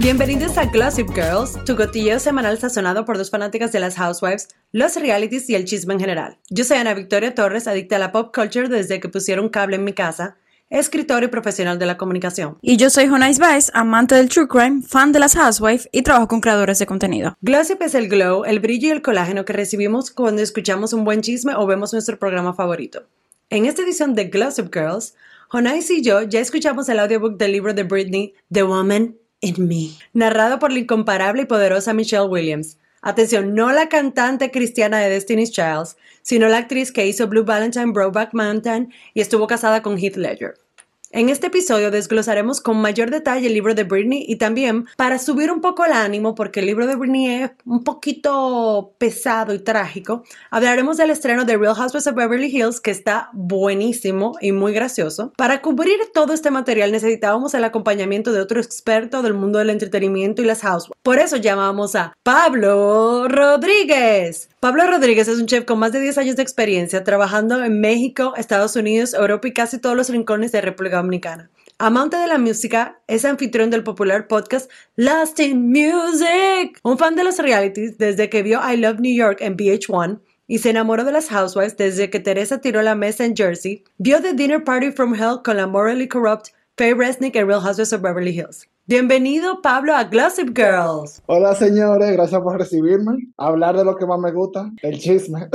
Bienvenidos a Gossip Girls, tu cotilleo semanal sazonado por dos fanáticas de las housewives, los realities y el chisme en general. Yo soy Ana Victoria Torres, adicta a la pop culture desde que pusieron cable en mi casa, escritora y profesional de la comunicación. Y yo soy Jonais Baez, amante del true crime, fan de las housewives y trabajo con creadores de contenido. Glossip es el glow, el brillo y el colágeno que recibimos cuando escuchamos un buen chisme o vemos nuestro programa favorito. En esta edición de Gossip Girls, Jonais y yo ya escuchamos el audiobook del libro de Britney, The Woman in Me, narrado por la incomparable y poderosa Michelle Williams. Atención, no la cantante cristiana de Destiny's Child, sino la actriz que hizo Blue Valentine, Brokeback Mountain y estuvo casada con Heath Ledger. En este episodio desglosaremos con mayor detalle el libro de Britney y también para subir un poco el ánimo, porque el libro de Britney es un poquito pesado y trágico, hablaremos del estreno de Real Housewives of Beverly Hills, que está buenísimo y muy gracioso. Para cubrir todo este material necesitábamos el acompañamiento de otro experto del mundo del entretenimiento y las housewives. Por eso llamamos a Pablo Rodríguez. Pablo Rodríguez es un chef con más de 10 años de experiencia trabajando en México, Estados Unidos, Europa y casi todos los rincones de República Dominicana. Amante de la música, es anfitrión del popular podcast Lost in Music. Un fan de los realities desde que vio I Love New York en VH1 y se enamoró de las housewives desde que Teresa tiró la mesa en Jersey. Vio The Dinner Party from Hell con la morally corrupt Faye Resnick en Real Housewives of Beverly Hills. Bienvenido, Pablo, a Gossip Girls. Hola, señores, gracias por recibirme. Hablar de lo que más me gusta, el chisme.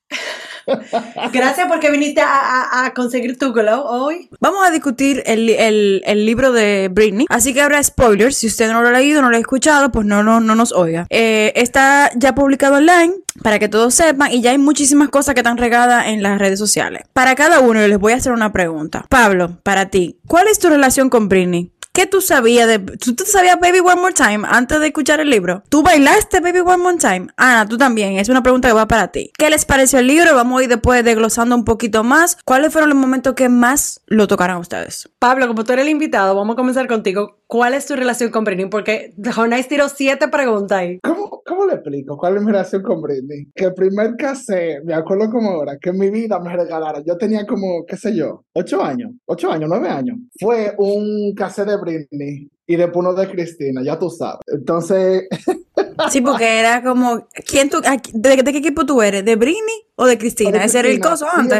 Gracias porque viniste a conseguir tu glow hoy. Vamos a discutir el libro de Britney, así que habrá spoilers. Si usted no lo ha leído, no lo ha escuchado, pues no nos oiga. Está ya publicado online para que todos sepan y ya hay muchísimas cosas que están regadas en las redes sociales. Para cada uno yo les voy a hacer una pregunta. Pablo, para ti, ¿cuál es tu relación con Britney? ¿Qué tú sabías ¿Tú sabías Baby One More Time antes de escuchar el libro? ¿Tú bailaste Baby One More Time? Ana, tú también. Es una pregunta que va para ti. ¿Qué les pareció el libro? Vamos a ir después desglosando un poquito más. ¿Cuáles fueron los momentos que más lo tocaron a ustedes? Pablo, como tú eres el invitado, vamos a comenzar contigo. ¿Cuál es tu relación con Britney? Porque Jonais tiró 7 preguntas ahí. ¿Cómo le explico cuál es mi relación con Britney? Que el primer cassette, me acuerdo como ahora, que en mi vida me regalaron, yo tenía como, qué sé yo, 8 años, 9 años. Fue un cassette de Britney y después uno de Cristina, ya tú sabes. Entonces... Sí, porque era como, ¿de qué equipo tú eres? ¿De Britney o de Cristina? Ese era el coso antes.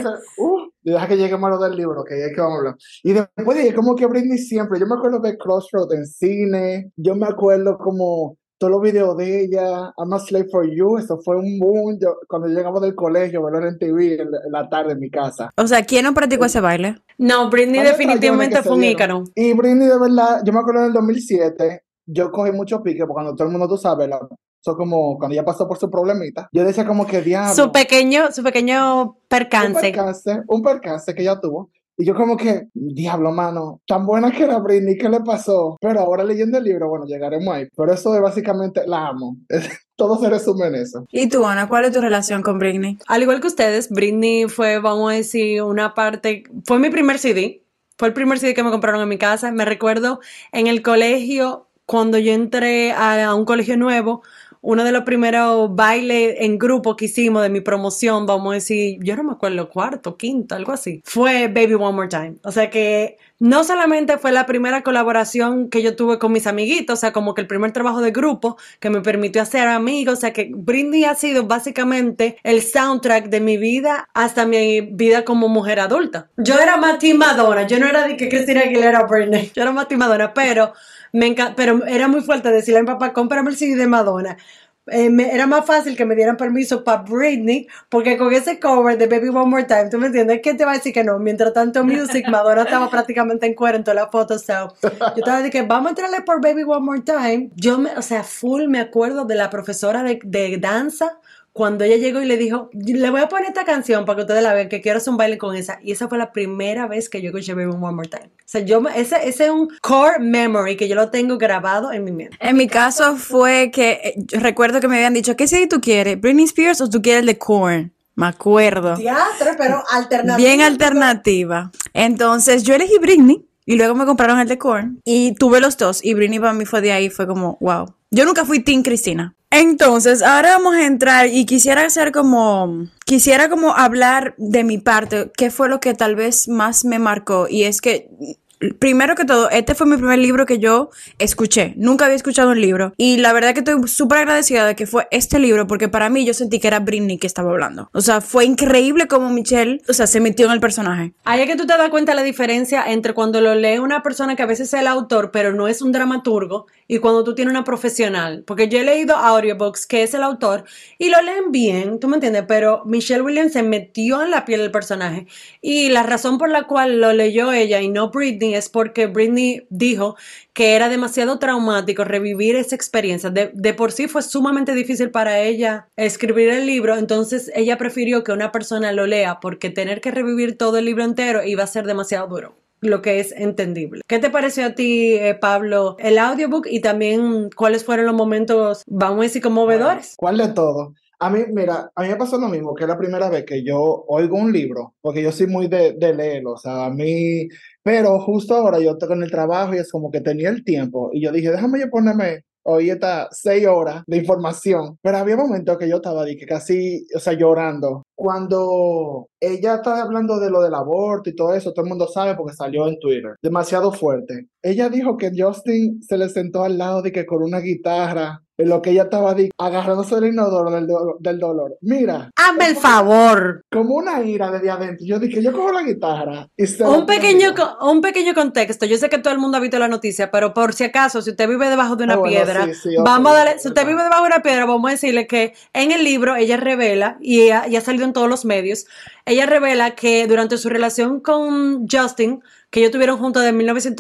Y deja que lleguemos a lo del libro, que es que vamos a hablar. Y después dije, como que Britney siempre, yo me acuerdo de Crossroads en cine, yo me acuerdo como todos los videos de ella, I'm a Slave for You, eso fue un boom, cuando llegamos del colegio, verlo en TV en la tarde en mi casa. O sea, ¿quién no practicó ese baile? No, Britney definitivamente fue un ícono. Y Britney, de verdad, yo me acuerdo en el 2007, yo cogí mucho pique, porque cuando todo el mundo, tú sabes, eso como cuando ella pasó por su problemita, yo decía como que diablo. Su pequeño percance. Un percance que ella tuvo. Y yo como que, diablo, mano, tan buena que era Britney, ¿qué le pasó? Pero ahora leyendo el libro, bueno, llegaremos ahí. Pero eso es básicamente, la amo. Todo se resume en eso. ¿Y tú, Ana, cuál es tu relación con Britney? Al igual que ustedes, Britney fue, vamos a decir, fue mi primer CD. Fue el primer CD que me compraron en mi casa. Me recuerdo en el colegio, cuando yo entré a un colegio nuevo, uno de los primeros bailes en grupo que hicimos de mi promoción, vamos a decir, yo no me acuerdo, cuarto, quinto, algo así, fue Baby One More Time. O sea que no solamente fue la primera colaboración que yo tuve con mis amiguitos, o sea, como que el primer trabajo de grupo que me permitió hacer amigos, o sea que Britney ha sido básicamente el soundtrack de mi vida hasta mi vida como mujer adulta. Yo era más Team Madonna, yo no era de que Cristina Aguilera o Britney, yo era más Team Madonna, pero pero era muy fuerte decirle a mi papá, cómprame el CD de Madonna. Era más fácil que me dieran permiso para Britney, porque con ese cover de Baby One More Time, ¿tú me entiendes? ¿Quién te va a decir que no? Mientras tanto Music, Madonna estaba prácticamente en cuero en todas las fotos, so. Yo estaba de que vamos a entrarle por Baby One More Time. Full me acuerdo de la profesora de danza, cuando ella llegó y le dijo, le voy a poner esta canción para que ustedes la vean, que quiero hacer un baile con esa. Y esa fue la primera vez que yo escuché Baby One More Time. O sea, ese es un core memory que yo lo tengo grabado en mi mente. En mi caso fue que, recuerdo que me habían dicho, ¿qué CD tú quieres? ¿Britney Spears o tú quieres el de Korn? Me acuerdo. Teatro, pero alternativa. Bien alternativa. Entonces, yo elegí Britney. Y luego me compraron el de Korn. Y tuve los dos. Y Britney para mí fue de ahí. Fue como, wow. Yo nunca fui Team Cristina. Entonces, ahora vamos a entrar. Y quisiera como hablar de mi parte. ¿Qué fue lo que tal vez más me marcó? Y es que Primero que todo, este fue mi primer libro que yo escuché. Nunca había escuchado un libro. Y la verdad que estoy súper agradecida de que fue este libro, porque para mí yo sentí que era Britney que estaba hablando. O sea, fue increíble cómo Michelle, o sea, se metió en el personaje. Ahí es que tú te das cuenta la diferencia entre cuando lo lee una persona que a veces es el autor, pero no es un dramaturgo, y cuando tú tienes una profesional. Porque yo he leído audiobooks que es el autor y lo leen bien, ¿tú me entiendes? Pero Michelle Williams se metió en la piel del personaje. Y la razón por la cual lo leyó ella y no Britney es porque Britney dijo que era demasiado traumático revivir esa experiencia. De por sí fue sumamente difícil para ella escribir el libro, entonces ella prefirió que una persona lo lea porque tener que revivir todo el libro entero iba a ser demasiado duro, lo que es entendible. ¿Qué te pareció a ti, Pablo, el audiobook y también cuáles fueron los momentos, vamos a decir, conmovedores? ¿Cuál de todo? A mí, mira, a mí me pasó lo mismo, que es la primera vez que yo oigo un libro, porque yo soy muy de leerlo, o sea, a mí, pero justo ahora yo estoy en el trabajo y es como que tenía el tiempo, y yo dije, déjame yo ponerme hoy estas 6 horas de información, pero había momentos que yo estaba que casi, o sea, llorando. Cuando ella estaba hablando de lo del aborto y todo eso, todo el mundo sabe porque salió en Twitter, demasiado fuerte. Ella dijo que Justin se le sentó al lado de que con una guitarra, en lo que ella estaba agarrándose del inodoro del dolor. Mira, Hazme el favor. como una ira desde adentro. Yo dije, yo cojo la guitarra y se Un la pequeño, prendo. un pequeño contexto. Yo sé que todo el mundo ha visto la noticia, pero por si acaso, si usted vive debajo de Ah, una bueno, piedra, sí, sí, ok, vamos a darle, si usted verdad. vive debajo de una piedra, vamos a decirle que en el libro ella revela, y ha salido en todos los medios, ella revela que durante su relación con Justin, que ellos tuvieron juntos de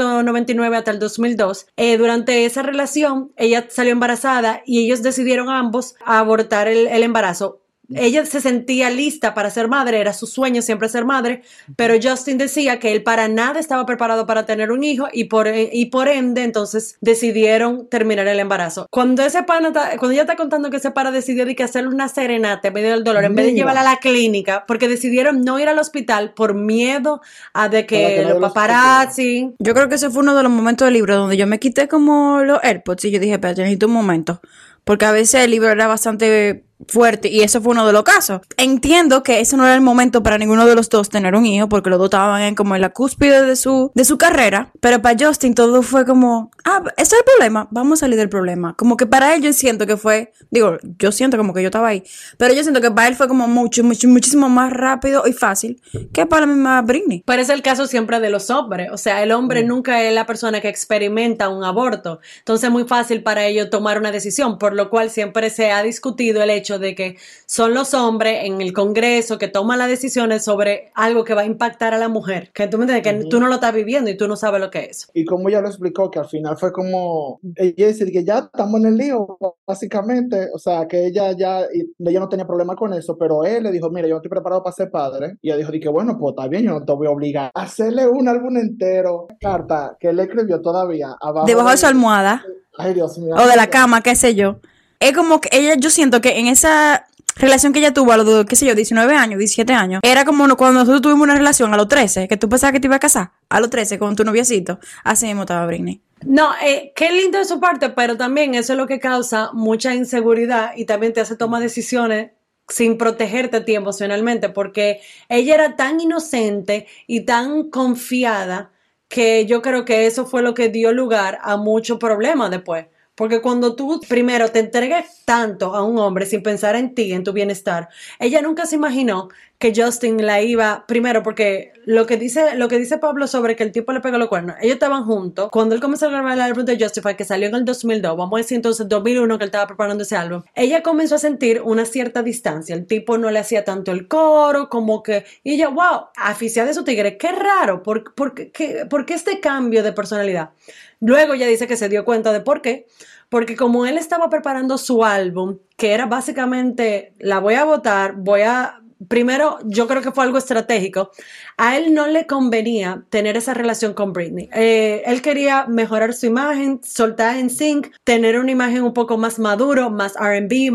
1999 hasta el 2002, durante esa relación ella salió embarazada y ellos decidieron ambos abortar el embarazo. Ella se sentía lista para ser madre, era su sueño siempre ser madre, pero Justin decía que él para nada estaba preparado para tener un hijo y por ende entonces decidieron terminar el embarazo. Cuando cuando ella está contando que ese pana decidió de que hacerle una serenata en medio del dolor, en vez de llevarla a Mira, la clínica, porque decidieron no ir al hospital por miedo a de para que que los nadie lo supiera. paparazzi. Yo creo que ese fue uno de los momentos del libro donde yo me quité como los AirPods y yo dije, espérate, necesito un momento. Porque a veces el libro era bastante fuerte y eso fue uno de los casos. Entiendo que ese no era el momento para ninguno de los dos tener un hijo porque los dos estaban como en la cúspide de su carrera, pero para Justin todo fue como, ese es el problema, vamos a salir del problema. Como que para él yo siento que fue, digo, yo siento como que yo estaba ahí, pero yo siento que para él fue como muchísimo más rápido y fácil que para la misma Britney. Pero es el caso siempre de los hombres, o sea, el hombre Mm. nunca es la persona que experimenta un aborto, entonces es muy fácil para ellos tomar una decisión, por lo cual siempre se ha discutido el hecho de que son los hombres en el Congreso que toman las decisiones sobre algo que va a impactar a la mujer, que tú me entiendes, que tú Ujú. no lo estás viviendo y tú no sabes lo que es. Y como ella lo explicó, que al final fue como, ella decir que ya estamos en el lío, básicamente, o sea, que ella no tenía problema con eso, pero él le dijo, mira, yo no estoy preparado para ser padre, y ella dijo, que bueno, pues está bien, yo no te voy a obligar a hacerle un álbum entero, carta que él escribió todavía abajo Debajo de su de, almohada ay Dios mío, o de la mira, cama, qué sé yo. Es como que ella, yo siento que en esa relación que ella tuvo a los, qué sé yo, 19 años, 17 años, era como cuando nosotros tuvimos una relación a los 13, que tú pensabas que te ibas a casar, a los 13 con tu noviecito. Así mismo estaba Britney. No, qué lindo de su parte, pero también eso es lo que causa mucha inseguridad y también te hace tomar decisiones sin protegerte a ti emocionalmente, porque ella era tan inocente y tan confiada que yo creo que eso fue lo que dio lugar a muchos problemas después. Porque cuando tú primero te entregas tanto a un hombre sin pensar en ti, en tu bienestar, ella nunca se imaginó que Justin la iba, primero porque lo que dice Pablo sobre que el tipo le pegó los cuernos, ellos estaban juntos, cuando él comenzó a grabar el álbum de Justify, que salió en el 2002, vamos a decir entonces 2001 que él estaba preparando ese álbum, ella comenzó a sentir una cierta distancia, el tipo no le hacía tanto el coro, como que, y ella, wow, aficiada de su tigre, qué raro, ¿por qué este cambio de personalidad? Luego ella dice que se dio cuenta de por qué, porque como él estaba preparando su álbum, que era básicamente, la voy a votar, primero, yo creo que fue algo estratégico. A él no le convenía tener esa relación con Britney. Él quería mejorar su imagen, soltar en sync, tener una imagen un poco más maduro, más R&B,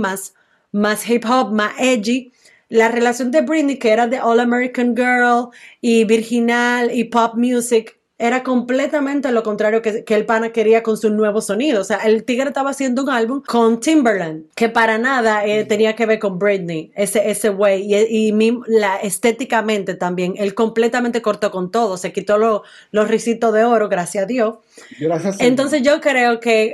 más hip hop, más edgy. La relación de Britney, que era de All American Girl y virginal y pop music, era completamente lo contrario que el pana quería con su nuevo sonido. O sea, el tigre estaba haciendo un álbum con Timberland, que para nada tenía que ver con Britney, ese güey. Estéticamente también, él completamente cortó con todo, se quitó los risitos de oro, gracias a Dios. Gracias, señor. Entonces yo creo que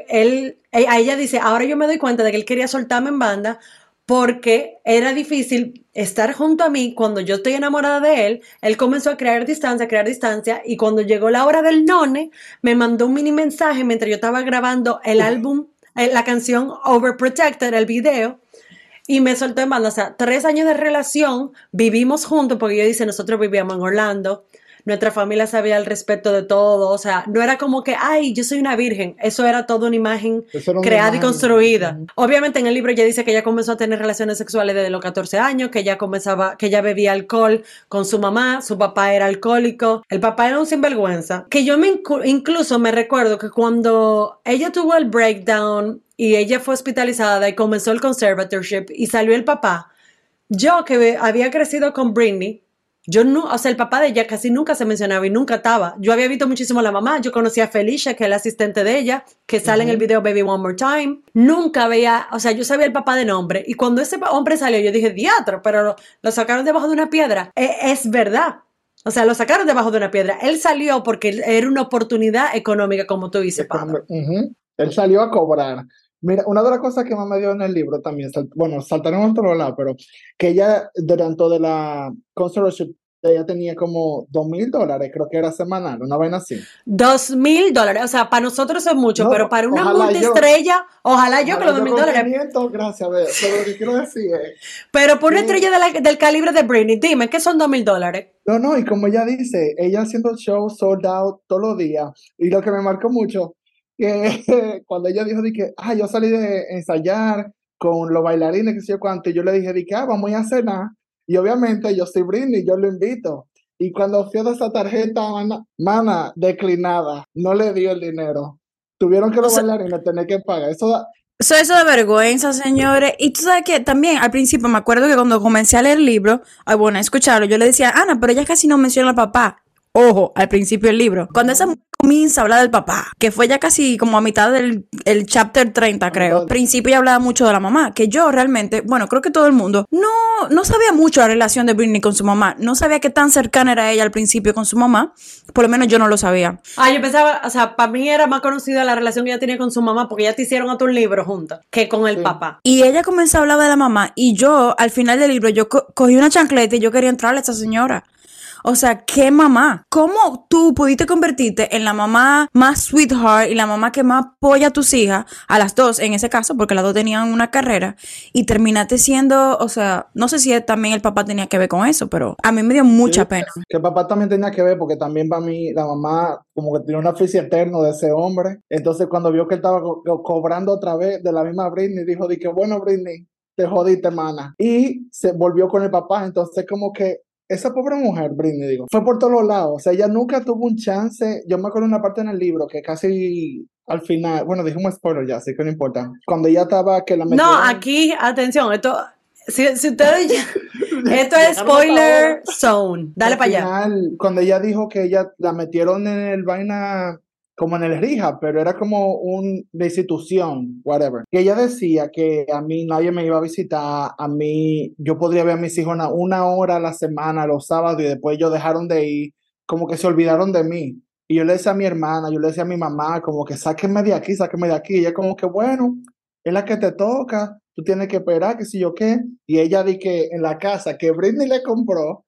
a ella dice, ahora yo me doy cuenta de que él quería soltarme en banda, porque era difícil estar junto a mí cuando yo estoy enamorada de él comenzó a crear distancia, y cuando llegó la hora del none, me mandó un mini mensaje mientras yo estaba grabando el álbum, la canción Overprotected, el video, y me soltó en banda. O sea, 3 años de relación, vivimos juntos, porque yo dice, nosotros vivíamos en Orlando, nuestra familia sabía al respecto de todo, o sea, no era como que, ay, yo soy una virgen, eso era toda una imagen creada y construida. Obviamente en el libro ella dice que ella comenzó a tener relaciones sexuales desde los 14 años, que ella bebía alcohol con su mamá, su papá era alcohólico, el papá era un sinvergüenza, que yo incluso me recuerdo que cuando ella tuvo el breakdown y ella fue hospitalizada y comenzó el conservatorship y salió el papá, yo que había crecido con Britney, o sea, el papá de ella casi nunca se mencionaba y nunca estaba. Yo había visto muchísimo a la mamá, yo conocía a Felicia, que es la asistente de ella, que sale en el video Baby One More Time. Nunca veía, o sea, yo sabía el papá de nombre. Y cuando ese hombre salió, yo dije, diatro, pero lo sacaron debajo de una piedra. Es verdad. O sea, lo sacaron debajo de una piedra. Él salió porque era una oportunidad económica, como tú dices, Pablo. Él salió a cobrar. Mira, una de las cosas que más me dio en el libro también, bueno, saltaron a otro lado, pero que ella, durante de la conservatorship, ella tenía como $2,000, creo que era semanal, una vaina así. $2,000, o sea, para nosotros es mucho, No, pero para una multiestrella, ojalá yo que los $2,000. 500, gracias, pero lo que quiero decir es... Pero por una estrella del calibre de Britney, dime, ¿qué son $2,000? No, y como ella dice, ella haciendo el show sold out todos los días, y lo que me marcó mucho, que cuando ella dijo de que, yo salí de ensayar con los bailarines, que sé yo cuánto, y yo le dije de que, vamos a cenar, y obviamente yo soy Britney, yo lo invito, y cuando fui a esa tarjeta, mana, declinada, no le dio el dinero, tuvieron que los bailarines tener que pagar, eso de vergüenza, señores. Y tú sabes que también al principio me acuerdo que cuando comencé a leer el libro, a escucharlo, yo le decía, Ana, pero ella casi no menciona al papá. Ojo, al principio del libro. Cuando esa mujer comienza a hablar del papá, que fue ya casi como a mitad del chapter 30, creo. Al principio ya hablaba mucho de la mamá, que yo realmente, bueno, creo que todo el mundo no sabía mucho la relación de Britney con su mamá. No sabía qué tan cercana era ella al principio con su mamá. Por lo menos yo no lo sabía. Yo pensaba, o sea, para mí era más conocida la relación que ella tenía con su mamá, porque ya te hicieron hasta un libro juntas, que con el papá. Y ella comenzó a hablar de la mamá, y yo, al final del libro, yo cogí una chancleta y yo quería entrarle a esa señora. O sea, ¿qué mamá? ¿Cómo tú pudiste convertirte en la mamá más sweetheart y la mamá que más apoya a tus hijas, a las dos en ese caso, porque las dos tenían una carrera, y terminaste siendo, o sea, no sé si también el papá tenía que ver con eso, pero a mí me dio mucha pena. Que el papá también tenía que ver, porque también para mí la mamá como que tenía un oficio eterno de ese hombre. Entonces cuando vio que él estaba cobrando otra vez de la misma Britney, dijo de que bueno, Britney, te jodiste, mana. Y se volvió con el papá, entonces como que esa pobre mujer, Britney, fue por todos lados. O sea, ella nunca tuvo un chance. Yo me acuerdo de una parte en el libro que casi al final, bueno, dijimos spoiler ya, así que no importa. Cuando ella estaba que la metieron... No, aquí, atención, esto, si ustedes ya, esto es spoiler zone. Dale para allá. Cuando ella dijo que ella la metieron en el vaina, como en el rehab, pero era como de institución, whatever. Que ella decía que a mí nadie me iba a visitar, a mí yo podría ver a mis hijos una hora a la semana, los sábados, y después ellos dejaron de ir, como que se olvidaron de mí. Y yo le decía a mi hermana, yo le decía a mi mamá, como que sáquenme de aquí, sáquenme de aquí. Y ella como que, bueno, es la que te toca, tú tienes que esperar, que si yo qué. Y ella di que en la casa que Britney le compró,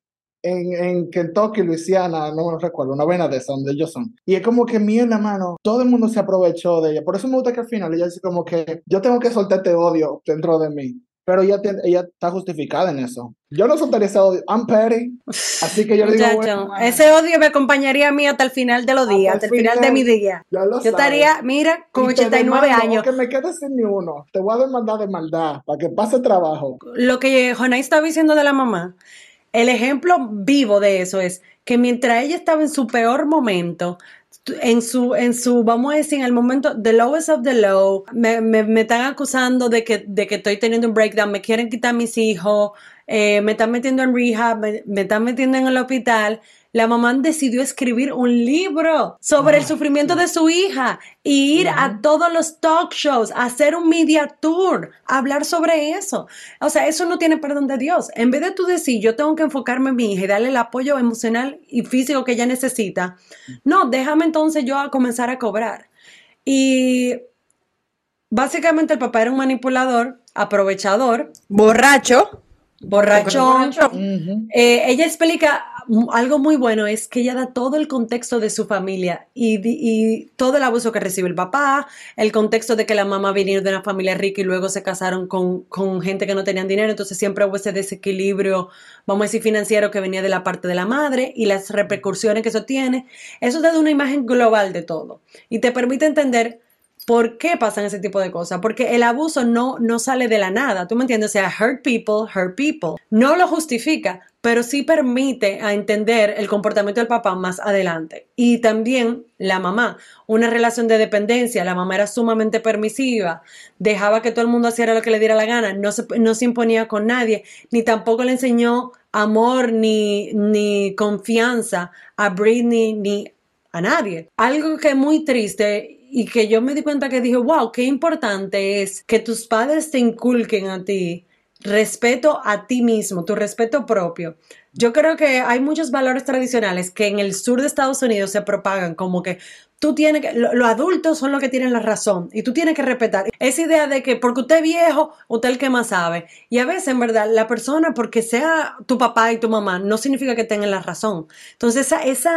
en Kentucky, Luisiana, no me recuerdo, una vaina de esa, donde ellos son. Y es como que mierda, mano, todo el mundo se aprovechó de ella. Por eso me gusta que al final ella dice como que yo tengo que soltar este odio dentro de mí. Pero ella está justificada en eso. Yo no soltaría ese odio. I'm petty. Así que yo le digo, bueno, ese odio me acompañaría a mí hasta el final de los días, hasta el final de mi día. Yo estaría, mira, con 89 años. Que me quede sin ni uno. Te voy a demandar de maldad para que pase trabajo. Lo que Jonay estaba diciendo de la mamá, el ejemplo vivo de eso es que mientras ella estaba en su peor momento, en su, vamos a decir, en el momento, the lowest of the low, me están acusando de que estoy teniendo un breakdown, me quieren quitar mis hijos, me están metiendo en rehab, me están metiendo en el hospital. la mamá decidió escribir un libro sobre el sufrimiento de su hija y ir a todos los talk shows, a hacer un media tour, a hablar sobre eso. O sea, eso no tiene perdón de Dios. En vez de tú decir, yo tengo que enfocarme en mi hija y darle el apoyo emocional y físico que ella necesita, no, déjame entonces yo a comenzar a cobrar. Y básicamente el papá era un manipulador, aprovechador, Borrachón. Ella explica algo muy bueno, es que ella da todo el contexto de su familia y todo el abuso que recibe el papá, el contexto de que la mamá vino de una familia rica y luego se casaron con gente que no tenían dinero, entonces siempre hubo ese desequilibrio, vamos a decir, financiero que venía de la parte de la madre y las repercusiones que eso tiene. Eso te da una imagen global de todo y te permite entender ¿por qué pasan ese tipo de cosas? Porque el abuso no sale de la nada, ¿tú me entiendes? O sea, hurt people. No lo justifica, pero sí permite a entender el comportamiento del papá más adelante. Y también la mamá, una relación de dependencia. La mamá era sumamente permisiva, dejaba que todo el mundo hiciera lo que le diera la gana, no se imponía con nadie, ni tampoco le enseñó amor ni confianza a Britney ni a nadie. Algo que es muy triste y que yo me di cuenta que dije, wow, qué importante es que tus padres te inculquen a ti respeto a ti mismo, tu respeto propio. Yo creo que hay muchos valores tradicionales que en el sur de Estados Unidos se propagan como que tú tienes que, los adultos son los que tienen la razón y tú tienes que respetar esa idea de que porque usted es viejo, usted es el que más sabe. Y a veces, en verdad, la persona, porque sea tu papá y tu mamá, no significa que tengan la razón. Entonces,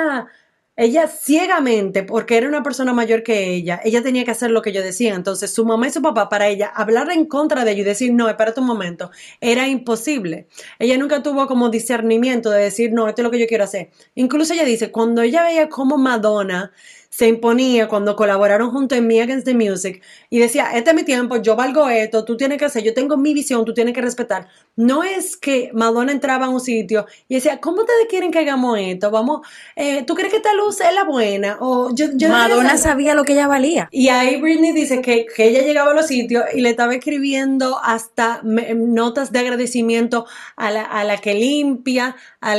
ella ciegamente, porque era una persona mayor que ella tenía que hacer lo que ellos decían. Entonces, su mamá y su papá, para ella, hablar en contra de ellos y decir, no, espérate un momento, era imposible. Ella nunca tuvo como discernimiento de decir, no, esto es lo que yo quiero hacer. Incluso ella dice, cuando ella veía cómo Madonna se imponía cuando colaboraron junto en Me Against the Music y decía, este es mi tiempo, yo valgo esto, tú tienes que hacer, yo tengo mi visión, tú tienes que respetar. No es que Madonna entraba a un sitio y decía, ¿cómo ustedes quieren que hagamos esto? Vamos, ¿tú crees que esta luz es la buena? O yo Madonna sabía lo que ella valía. Y ahí Britney dice que ella llegaba a los sitios y le estaba escribiendo hasta notas de agradecimiento a la que limpia,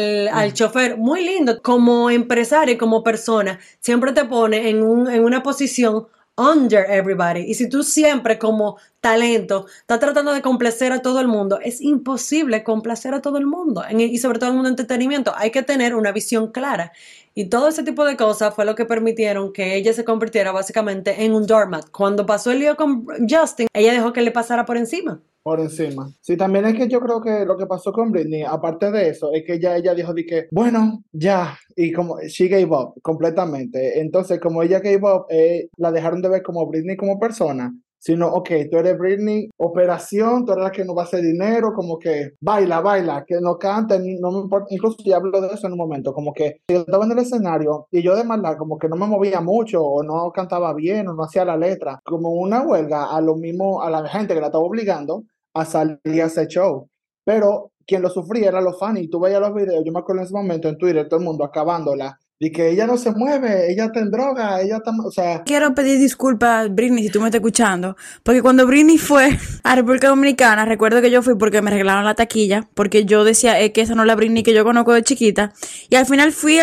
al chofer. Muy lindo. Como empresaria y como persona, siempre te pone en una posición under everybody. Y si tú siempre como talento estás tratando de complacer a todo el mundo, es imposible complacer a todo el mundo. Y sobre todo en el mundo de entretenimiento, hay que tener una visión clara. Y todo ese tipo de cosas fue lo que permitieron que ella se convirtiera básicamente en un doormat. Cuando pasó el lío con Justin, ella dejó que le pasara por encima. Por encima. Sí, también es que yo creo que lo que pasó con Britney, aparte de eso, es que ella dijo de que, bueno, ya, y como she gave up completamente. Entonces, como ella gave up, la dejaron de ver como Britney como persona, sino, ok, tú eres Britney, operación, tú eres la que no va a hacer dinero, como que baila, que no cante, no me importa, incluso ya hablo de eso en un momento, como que yo estaba en el escenario y yo de maldad, como que no me movía mucho, o no cantaba bien, o no hacía la letra, como una huelga a lo mismo, a la gente que la estaba obligando a salir a ese show. Pero quien lo sufría era los fans. Y tú veías los videos, yo me acuerdo en ese momento en Twitter, todo el mundo acabándola. Y que ella no se mueve, ella está en droga, ella está, o sea... Quiero pedir disculpas, Britney, si tú me estás escuchando, porque cuando Britney fue a República Dominicana, recuerdo que yo fui porque me regalaron la taquilla, porque yo decía que esa no es la Britney que yo conozco de chiquita, y al final fui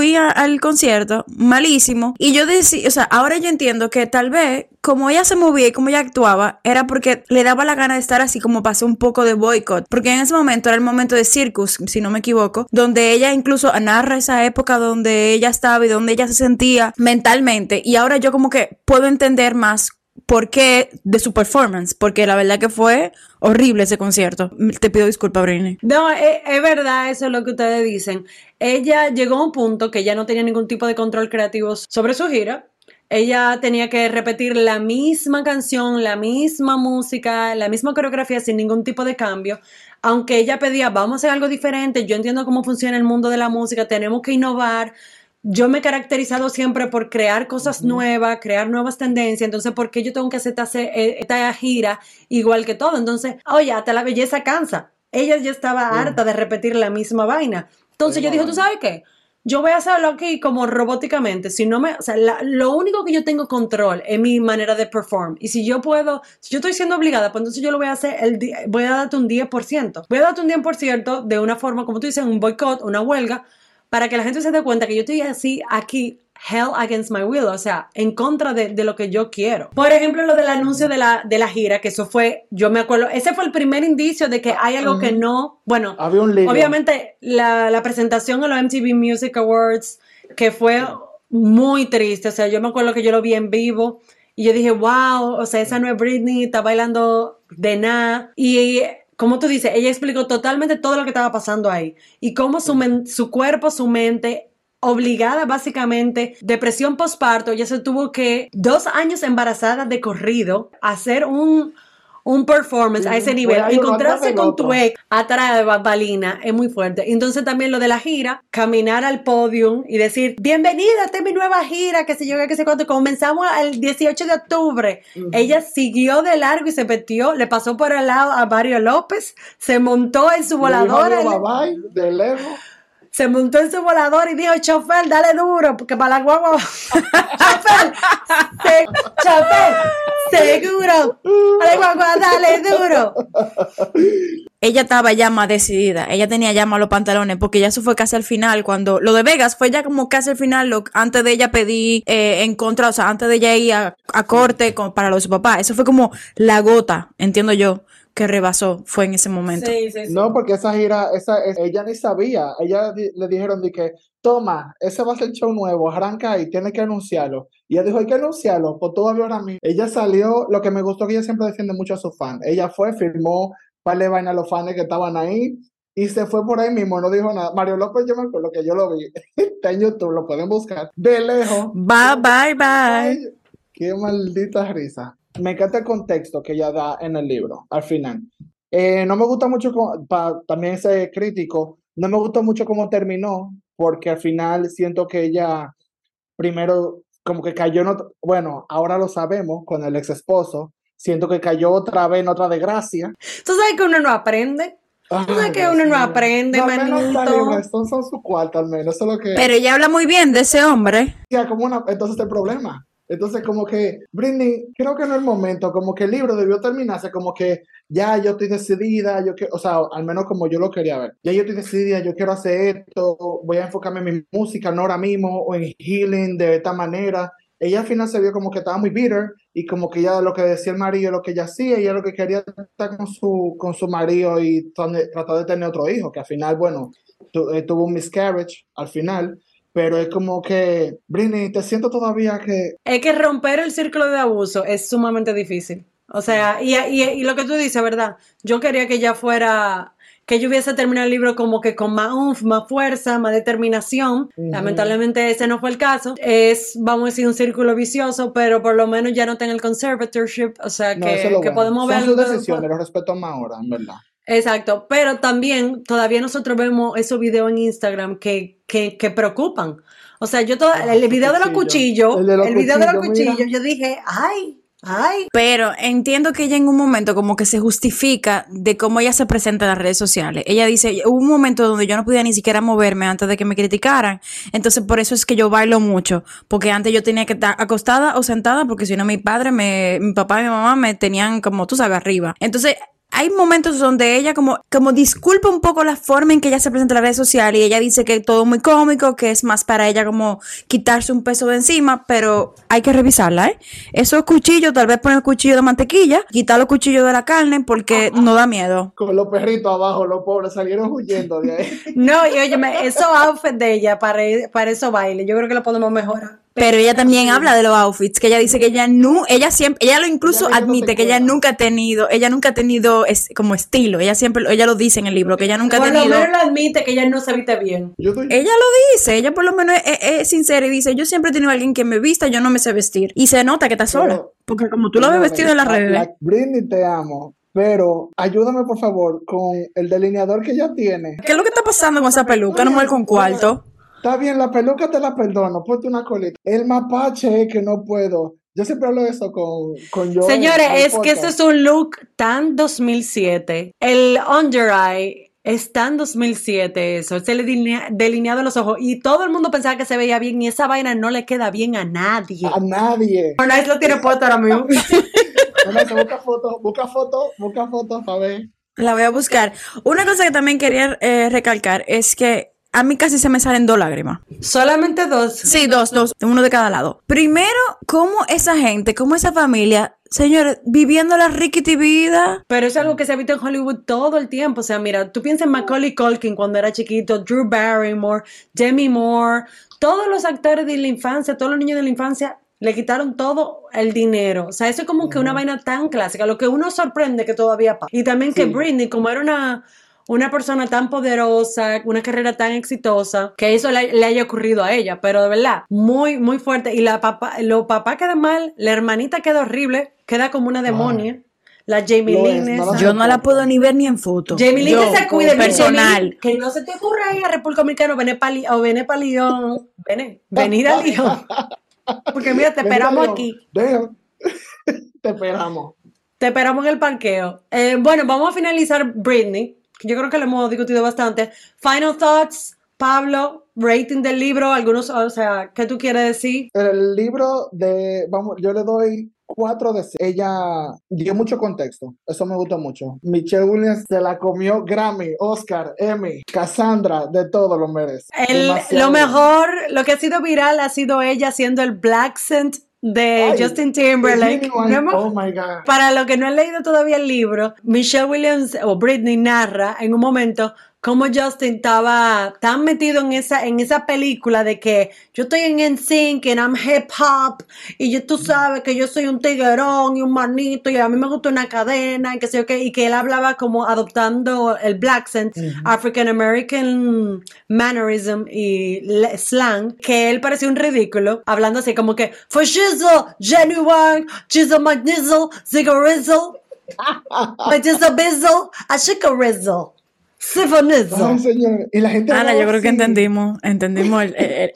al concierto, malísimo, y yo decía, o sea, ahora yo entiendo que tal vez, como ella se movía y como ella actuaba, era porque le daba la gana de estar así, como pasó un poco de boicot, porque en ese momento era el momento de Circus, si no me equivoco, donde ella incluso narra esa época donde ella estaba y donde ella se sentía mentalmente, y ahora yo como que puedo entender más por qué de su performance, porque la verdad que fue horrible ese concierto. Te pido disculpas, Britney. No, es verdad, eso es lo que ustedes dicen. Ella llegó a un punto que ya no tenía ningún tipo de control creativo sobre su gira. Ella tenía que repetir la misma canción, la misma música, la misma coreografía sin ningún tipo de cambio. Aunque ella pedía, vamos a hacer algo diferente, yo entiendo cómo funciona el mundo de la música, tenemos que innovar. Yo me he caracterizado siempre por crear cosas nuevas, crear nuevas tendencias. Entonces, ¿por qué yo tengo que hacer esta gira igual que todo? Entonces, oye, hasta la belleza cansa. Ella ya estaba harta de repetir la misma vaina. Entonces yo dije, ¿tú sabes qué? Yo voy a hacerlo aquí como robóticamente. Si no o sea, lo único que yo tengo control es mi manera de perform. Y si yo estoy siendo obligada, pues entonces yo lo voy a hacer, voy a darte un 10%. Voy a darte un 10% de una forma, como tú dices, un boicot, una huelga, para que la gente se dé cuenta que yo estoy así aquí, hell against my will, o sea, en contra de lo que yo quiero. Por ejemplo, lo del anuncio de la gira, que eso fue, yo me acuerdo, ese fue el primer indicio de que hay algo que no, bueno, Había un lío. obviamente la presentación en los MTV Music Awards, que fue muy triste, o sea, yo me acuerdo que yo lo vi en vivo y yo dije, wow, o sea, esa no es Britney, está bailando de nada, y como tú dices, ella explicó totalmente todo lo que estaba pasando ahí, y cómo su cuerpo, su mente, obligada básicamente, depresión postparto, ella se tuvo que 2 años embarazada de corrido hacer un performance a ese nivel, encontrarse con tu ex atrás de bambalina es muy fuerte. Entonces también lo de la gira, caminar al podium y decir, bienvenida, esta es mi nueva gira, que sé yo, que sé cuánto, comenzamos el 18 de octubre, ella siguió de largo y se metió, le pasó por el lado a Mario López, se montó en su voladora, de lejos. Se montó en su volador y dijo, chofer, dale duro, porque para la guagua... chofer, seguro, para la guagua, dale duro. Ella estaba ya más decidida, ella tenía ya más los pantalones, porque ya eso fue casi al final, cuando lo de Vegas fue ya como casi al final, antes de ella pedir en contra, o sea, antes de ella ir a corte para lo de su papá, eso fue como la gota, entiendo yo, que rebasó, fue en ese momento. Sí. No, porque esa gira, ella ni sabía, ella le dijeron de que, toma, ese va a ser el show nuevo, arranca ahí, tienes que anunciarlo. Y ella dijo, hay que anunciarlo, pues todavía ahora mismo. Ella salió, lo que me gustó que ella siempre defiende mucho a sus fans. Ella fue, firmó par de vainas a los fans que estaban ahí y se fue por ahí mismo, no dijo nada. Mario López, yo me acuerdo que yo lo vi, está en YouTube, lo pueden buscar, de lejos. Bye. Ay, qué maldita risa. Me encanta el contexto que ella da en el libro, al final. No me gusta mucho, también ser crítico, no me gustó mucho cómo terminó, porque al final siento que ella primero como que cayó bueno, ahora lo sabemos, con el ex esposo, siento que cayó otra vez en otra desgracia. ¿Tú sabes que uno no aprende? ¿Tú sabes que uno no aprende, no, manito? Son su cuarto al menos, eso es lo que... Pero ella habla muy bien de ese hombre. Entonces el problema... Entonces, como que, Britney, creo que no es el momento, como que el libro debió terminarse, como que ya yo estoy decidida, o sea, al menos como yo lo quería ver. Ya yo estoy decidida, yo quiero hacer esto, voy a enfocarme en mi música, no ahora mismo, o en healing de esta manera. Ella al final se vio como que estaba muy bitter, y como que ya lo que decía el marido, lo que ella hacía, ella lo que quería estar con su marido y tratar de tener otro hijo, que al final, bueno, tuvo un miscarriage al final. Pero es como que, Britney, te siento todavía que... Es que romper el círculo de abuso es sumamente difícil. O sea, y lo que tú dices, ¿verdad? Yo quería que ella fuera, que yo hubiese terminado el libro como que con más oomph, más fuerza, más determinación. Lamentablemente ese no fue el caso. Es, vamos a decir, un círculo vicioso, pero por lo menos ya no está en el conservatorship. O sea, No, que bueno. podemos ver... Son sus decisiones, los respeto más ahora, en verdad. Exacto, pero también todavía nosotros vemos esos videos en Instagram que preocupan. O sea, yo el video de los cuchillos, el video de los cuchillos, yo dije, ay. Pero entiendo que ella en un momento como que se justifica de cómo ella se presenta en las redes sociales. Ella dice, hubo un momento donde yo no podía ni siquiera moverme antes de que me criticaran. Entonces por eso es que yo bailo mucho. Porque antes yo tenía que estar acostada o sentada porque si no mi padre, mi papá y mi mamá me tenían como, tú sabes, arriba. Entonces... hay momentos donde ella como disculpa un poco la forma en que ella se presenta en las redes sociales y ella dice que todo muy cómico, que es más para ella como quitarse un peso de encima, pero hay que revisarla, ¿eh? Esos cuchillos, tal vez poner el cuchillo de mantequilla, quitar los cuchillos de la carne porque no da miedo. Con los perritos abajo, los pobres salieron huyendo de ahí. No, y óyeme, esos outfits de ella para esos bailes, yo creo que lo podemos mejorar. Pero ella también habla de los outfits, que ella dice que ella lo incluso admite que ella nunca ha tenido como estilo, ella lo dice en el libro, que ella nunca ha tenido. Por lo menos lo admite que ella no se viste bien. Ella lo dice, ella por lo menos es sincera y dice, yo siempre he tenido a alguien que me vista, yo no me sé vestir. Y se nota que está sola, porque como tú la ves vestida en las redes. Britney, te amo. Pero ayúdame por favor con el delineador que ella tiene. ¿Qué es lo que está pasando con esa peluca? No mujer con cuarto. Está bien, la peluca te la perdono, ponte una colita. El mapache es que no puedo. Yo siempre hablo de eso con yo. Señores, es que ese es un look tan 2007. El under eye es tan 2007 eso. Ese delineado de los ojos. Y todo el mundo pensaba que se veía bien y esa vaina no le queda bien a nadie. A nadie. Nadie lo tiene puesto ahora mismo. Busca fotos, a ver. La voy a buscar. Una cosa que también quería recalcar es que a mí casi se me salen 2 lágrimas. Solamente 2. Sí, dos, uno de cada lado. Primero, cómo esa gente, cómo esa familia, señores, viviendo la riquiti vida. Pero es algo que se ha visto en Hollywood todo el tiempo. O sea, mira, tú piensas en Macaulay Culkin cuando era chiquito, Drew Barrymore, Demi Moore, todos los actores de la infancia, todos los niños de la infancia, le quitaron todo el dinero. O sea, eso es como que una vaina tan clásica. Lo que uno sorprende que todavía pasa. Y también que Britney, como era una persona tan poderosa, una carrera tan exitosa, que eso le haya ocurrido a ella, pero de verdad, muy, muy fuerte. Y los papás quedan mal, la hermanita queda horrible, queda como una demonia. La Jamie Lynn yo no la puedo ni ver ni en foto. Jamie Lynn que se cuide personal. Que no se te ocurra ir a República Dominicana o venir para Lyon. Venir a Lyon. Porque mira, te esperamos aquí. Te esperamos. Te esperamos en el parqueo. Bueno, vamos a finalizar Britney. Yo creo que lo hemos discutido bastante. Final thoughts, Pablo, rating del libro, algunos, o sea, ¿qué tú quieres decir? El libro yo le doy 4 de 5. Ella dio mucho contexto, eso me gustó mucho. Michelle Williams se la comió Grammy, Oscar, Emmy, Cassandra, de todo lo merece. Lo mejor, lo que ha sido viral ha sido ella haciendo el Black Scent de Justin Timberlake. Oh my God. Para los que no han leído todavía el libro, Michelle Williams o Britney narra en un momento cómo Justin estaba tan metido en esa película de que yo estoy en NSYNC and I'm hip hop y tú sabes que yo soy un tiguerón y un manito y a mí me gusta una cadena y que sé yo qué, y que él hablaba como adoptando el black accent, African American mannerism y slang, que él parecía un ridículo hablando así como que for shizzle, genuine, jizzle my nizzle, zigarizzle, my jizzle bizzle, a shikarizzle. Ay, señor. Y la gente Ana, yo creo que entendimos el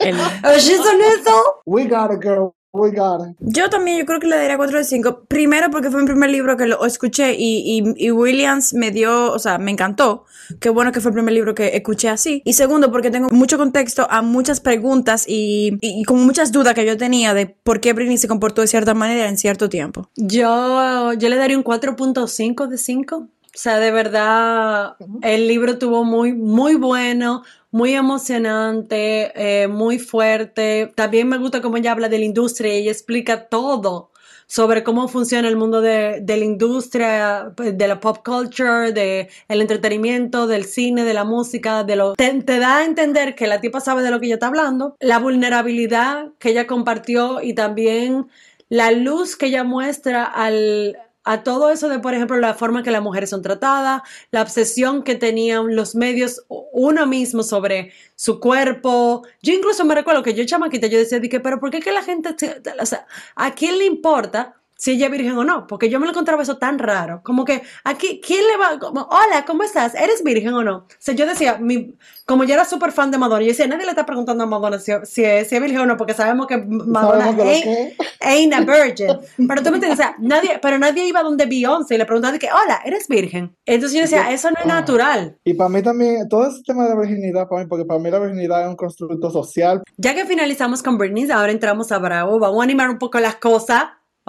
We got it, girl. We got it. Yo creo que le daría 4 de 5. Primero porque fue mi primer libro que lo escuché y Williams me dio, o sea, me encantó. Qué bueno que fue el primer libro que escuché así. Y segundo porque tengo mucho contexto a muchas preguntas y como muchas dudas que yo tenía de por qué Britney se comportó de cierta manera en cierto tiempo. Yo le daría un 4.5 de 5. O sea, de verdad, el libro estuvo muy, muy bueno, muy emocionante, muy fuerte. También me gusta cómo ella habla de la industria y ella explica todo sobre cómo funciona el mundo de la industria, de la pop culture, del entretenimiento, del cine, de la música, te da a entender que la tipa sabe de lo que ella está hablando, la vulnerabilidad que ella compartió y también la luz que ella muestra a todo eso de, por ejemplo, la forma que las mujeres son tratadas, la obsesión que tenían los medios, uno mismo sobre su cuerpo. Yo incluso me recuerdo que yo chamaquita, yo decía, pero ¿por qué que la gente, o sea, a quién le importa si ella es virgen o no? Porque yo me lo encontraba eso tan raro, como que aquí, ¿quién le va? Como, hola, ¿cómo estás? ¿Eres virgen o no? O sea, yo decía, como yo era súper fan de Madonna, yo decía, nadie le está preguntando a Madonna si es virgen o no, porque sabemos que Madonna ain't a virgin. Pero tú me entiendes, o sea, nadie iba donde Beyoncé y le preguntaba de que, hola, ¿eres virgen? Entonces yo decía, eso no es natural. Y para mí también, todo ese tema de la virginidad, porque para mí la virginidad es un constructo social. Ya que finalizamos con Britney, ahora entramos a Bravo, vamos a animar un poco las cosas.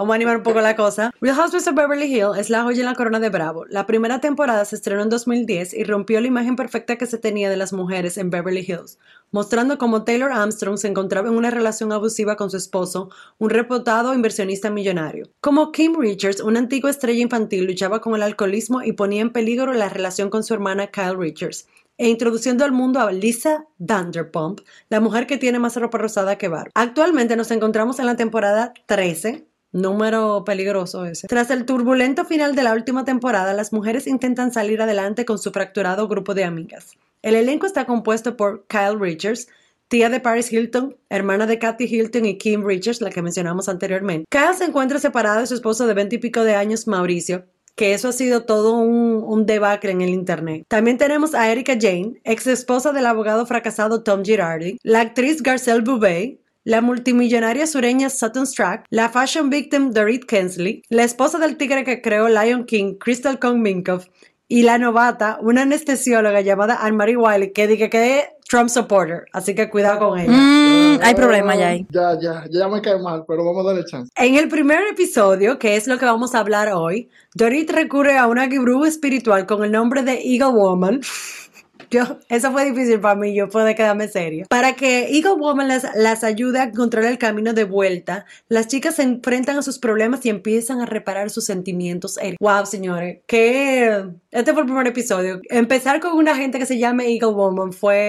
Real Housewives of Beverly Hills es la joya en la corona de Bravo. La primera temporada se estrenó en 2010 y rompió la imagen perfecta que se tenía de las mujeres en Beverly Hills, mostrando cómo Taylor Armstrong se encontraba en una relación abusiva con su esposo, un reputado inversionista millonario. Como Kim Richards, una antigua estrella infantil, luchaba con el alcoholismo y ponía en peligro la relación con su hermana Kyle Richards. E introduciendo al mundo a Lisa Vanderpump, la mujer que tiene más ropa rosada que Barbie. Actualmente nos encontramos en la temporada 13, número peligroso ese. Tras el turbulento final de la última temporada, las mujeres intentan salir adelante con su fracturado grupo de amigas. El elenco está compuesto por Kyle Richards, tía de Paris Hilton, hermana de Kathy Hilton y Kim Richards, la que mencionamos anteriormente. Kyle se encuentra separada de su esposo de 20 y pico de años, Mauricio, que eso ha sido todo un debacle en el internet. También tenemos a Erika Jane, ex esposa del abogado fracasado Tom Girardi, la actriz Garcelle Beauvais, la multimillonaria sureña Sutton Strack, la fashion victim Dorit Kemsley, la esposa del tigre que creó Lion King, Crystal Kong Minkoff, y la novata, una anestesióloga llamada Anne-Marie Wiley, que dice que es Trump supporter, así que cuidado con ella. Hay problema ya ahí. Ya me cae mal, pero vamos a darle chance. En el primer episodio, que es lo que vamos a hablar hoy, Dorit recurre a una gurú espiritual con el nombre de Eagle Woman, Eso fue difícil para mí, yo pude quedarme seria. Para que Eagle Woman las ayude a encontrar el camino de vuelta, las chicas se enfrentan a sus problemas y empiezan a reparar sus sentimientos. Wow, señores, que este fue el primer episodio. Empezar con una gente que se llama Eagle Woman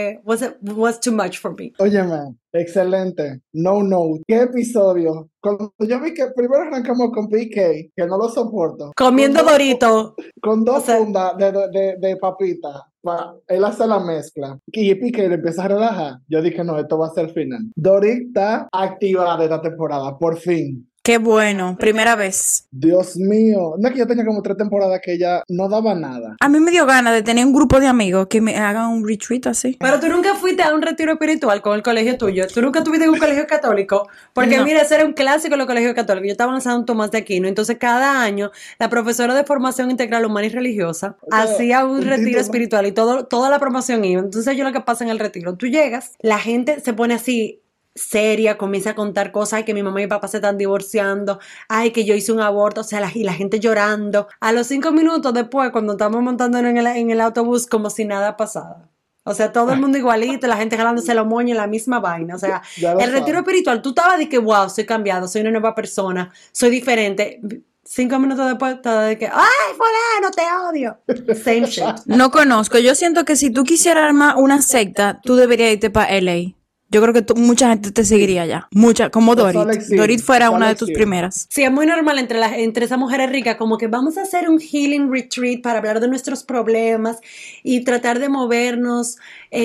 was too much for me. Óyeme, excelente. No. ¿Qué episodio? Cuando yo vi que primero arrancamos con PK, que no lo soporto. Comiendo Dorito. Con dos fundas de papita. Él hace la mezcla. Y PK le empieza a relajar. Yo dije, no, esto va a ser el final. Dorita activada de esta temporada, por fin. Qué bueno, primera vez. Dios mío. No es que yo tenía como 3 temporadas que ella no daba nada. A mí me dio ganas de tener un grupo de amigos que me hagan un retreat así. Pero tú nunca fuiste a un retiro espiritual con el colegio tuyo. Tú nunca estuviste en un colegio católico. Porque No. mira, ese era un clásico en los colegios católicos. Yo estaba en San Tomás de Aquino. Entonces cada año la profesora de formación integral humana y religiosa hacía un retiro título. espiritual y toda la promoción iba. Entonces yo lo que pasa en el retiro, tú llegas, la gente se pone así seria, comienza a contar cosas, ay, que mi mamá y mi papá se están divorciando, ay, que yo hice un aborto, o sea, y la gente llorando. A los 5 minutos después, cuando estamos montando en el autobús, como si nada pasara. O sea, todo el mundo igualito, la gente jalándose los moños en la misma vaina. O sea, el retiro espiritual, tú estabas de que, wow, soy cambiado, soy una nueva persona, soy diferente. 5 minutos después, todo de que, ay, fulano, te odio. Same shit. No conozco. Yo siento que si tú quisieras armar una secta, tú deberías irte para LA. Yo creo que mucha gente te seguiría allá. Mucha, como Dorit. Dorit fuera una de tus primeras. Sí, es muy normal entre esas mujeres ricas, como que vamos a hacer un healing retreat para hablar de nuestros problemas y tratar de movernos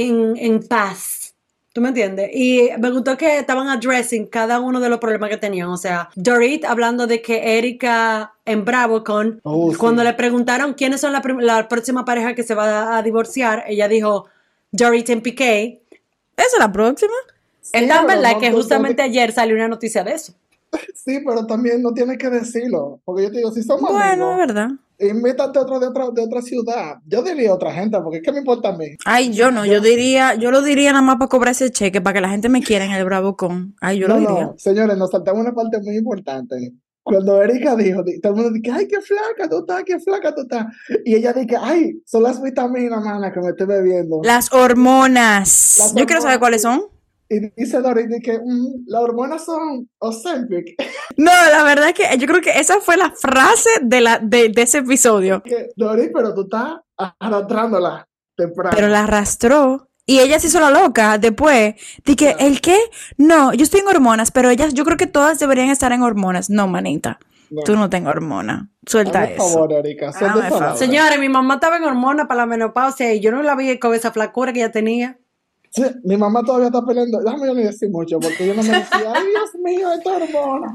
en paz. ¿Tú me entiendes? Y me gustó que estaban addressing cada uno de los problemas que tenían. O sea, Dorit hablando de que Erika en BravoCon, cuando le preguntaron quiénes son la próxima pareja que se va a divorciar, ella dijo Dorit en Piqué. ¿Esa es la próxima? Es tan verdad que justamente ayer salió una noticia de eso. Sí, pero también no tienes que decirlo. Porque yo te digo, si somos Bueno, amigos, es verdad. invítate a otro de otra ciudad. Yo diría a otra gente, porque ¿qué me importa a mí? Ay, yo no, yo lo diría nada más para cobrar ese cheque, para que la gente me quiera en el BravoCon. Ay, yo lo diría. No, señores, nos saltamos una parte muy importante. Cuando Erika dijo, todo el mundo dice, ay, qué flaca tú estás, qué flaca tú estás. Y ella dice, ay, son las vitaminas, mana, que me estoy bebiendo. Las hormonas. Yo quiero saber cuáles son. Y dice Doris que las hormonas son Ozempic. No, la verdad es que yo creo que esa fue la frase de ese episodio. Doris, pero tú estás arrastrándola temprano. Pero la arrastró. Y ella se hizo la loca después. Dije, ¿el qué? No, yo estoy en hormonas, pero yo creo que todas deberían estar en hormonas. No, manita. No. Tú no tengas hormonas. Suelta eso. Por favor, Erika. Señores, mi mamá estaba en hormonas para la menopausia y yo no la vi con esa flacura que ella tenía. Sí, mi mamá todavía está peleando. Déjame yo no decir mucho, porque yo no me decía, ay, Dios mío, esta hormona.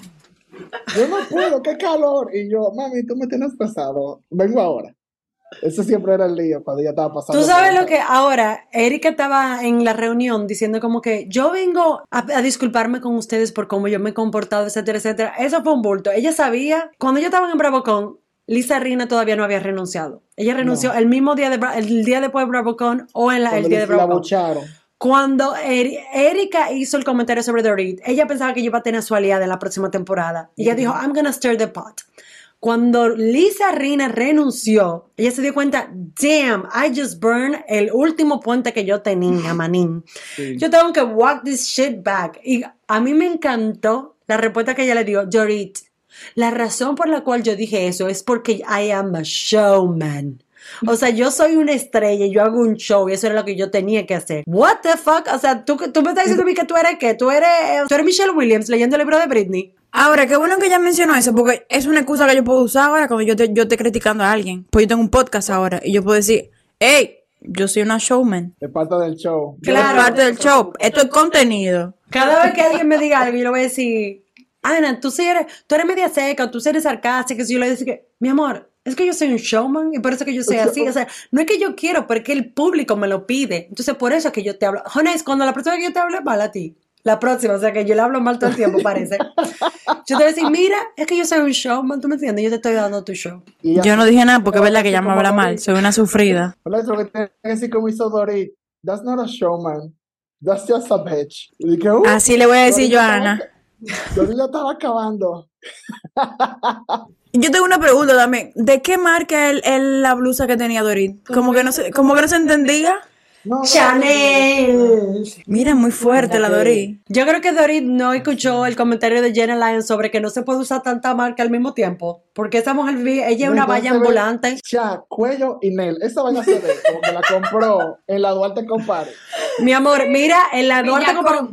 Yo no puedo, qué calor. Y yo, mami, tú me tienes pesado. Vengo ahora. Eso siempre era el lío cuando ella estaba pasando. Tú sabes lo que ahora, Erika estaba en la reunión diciendo como que yo vengo a disculparme con ustedes por cómo yo me he comportado, etcétera, etcétera. Eso fue un bulto. Ella sabía, cuando ellos estaban en BravoCon, Lisa Rinna todavía no había renunciado. Ella renunció el mismo día, el día después de BravoCon o el día de BravoCon. La bucharon. Cuando Erika hizo el comentario sobre Dorit, ella pensaba que iba a tener su aliada en la próxima temporada. Y ella dijo, I'm gonna stir the pot. Cuando Lisa Rinna renunció, ella se dio cuenta, damn, I just burned el último puente que yo tenía, manín. Sí. Yo tengo que walk this shit back. Y a mí me encantó la respuesta que ella le dio, Dorit, la razón por la cual yo dije eso es porque I am a showman. O sea, yo soy una estrella, yo hago un show y eso era lo que yo tenía que hacer. What the fuck? O sea, tú me estás diciendo a mí que tú eres ¿qué? Tú eres Michelle Williams leyendo el libro de Britney. Ahora, qué bueno que ella mencionó eso, porque es una excusa que yo puedo usar ahora cuando yo esté criticando a alguien. Pues yo tengo un podcast ahora y yo puedo decir, hey, yo soy una showman. Es parte del show. Claro, es parte del show. Esto es contenido. Cada vez que alguien me diga algo, yo le voy a decir, Ana, tú eres media seca, tú eres sarcástica. Y yo le voy a decir que, mi amor, es que yo soy un showman y por eso que yo soy así. O sea, no es que yo quiero, pero es que el público me lo pide. Entonces, por eso es que yo te hablo. Jonás, cuando la próxima que yo te hable mal a ti, la próxima, o sea, que yo le hablo mal todo el tiempo, parece. Yo te voy a decir, mira, es que yo soy un showman, ¿tú me entiendes? Yo te estoy dando tu show. Yo no dije nada porque es verdad que ella me habla mal. Soy una sufrida. Eso que te decir como hizo Dorit. That's not a showman. That's just a bitch. Así le voy a decir yo a Ana. Dorit la estaba acabando. Yo tengo una pregunta también. ¿De qué marca la blusa que tenía Dorit? Como que no se entendía. No, Chanel. Mira, muy fuerte la Doris. Yo creo que Dorit no escuchó el comentario de Jenna Lyons sobre que no se puede usar tanta marca al mismo tiempo. Porque esa mujer, ella es una valla ambulante. Cha, Cuello y Nel. Esa vaina se ve como que la compró en la Duarte Compare. Mi amor, mira, en la Duarte compró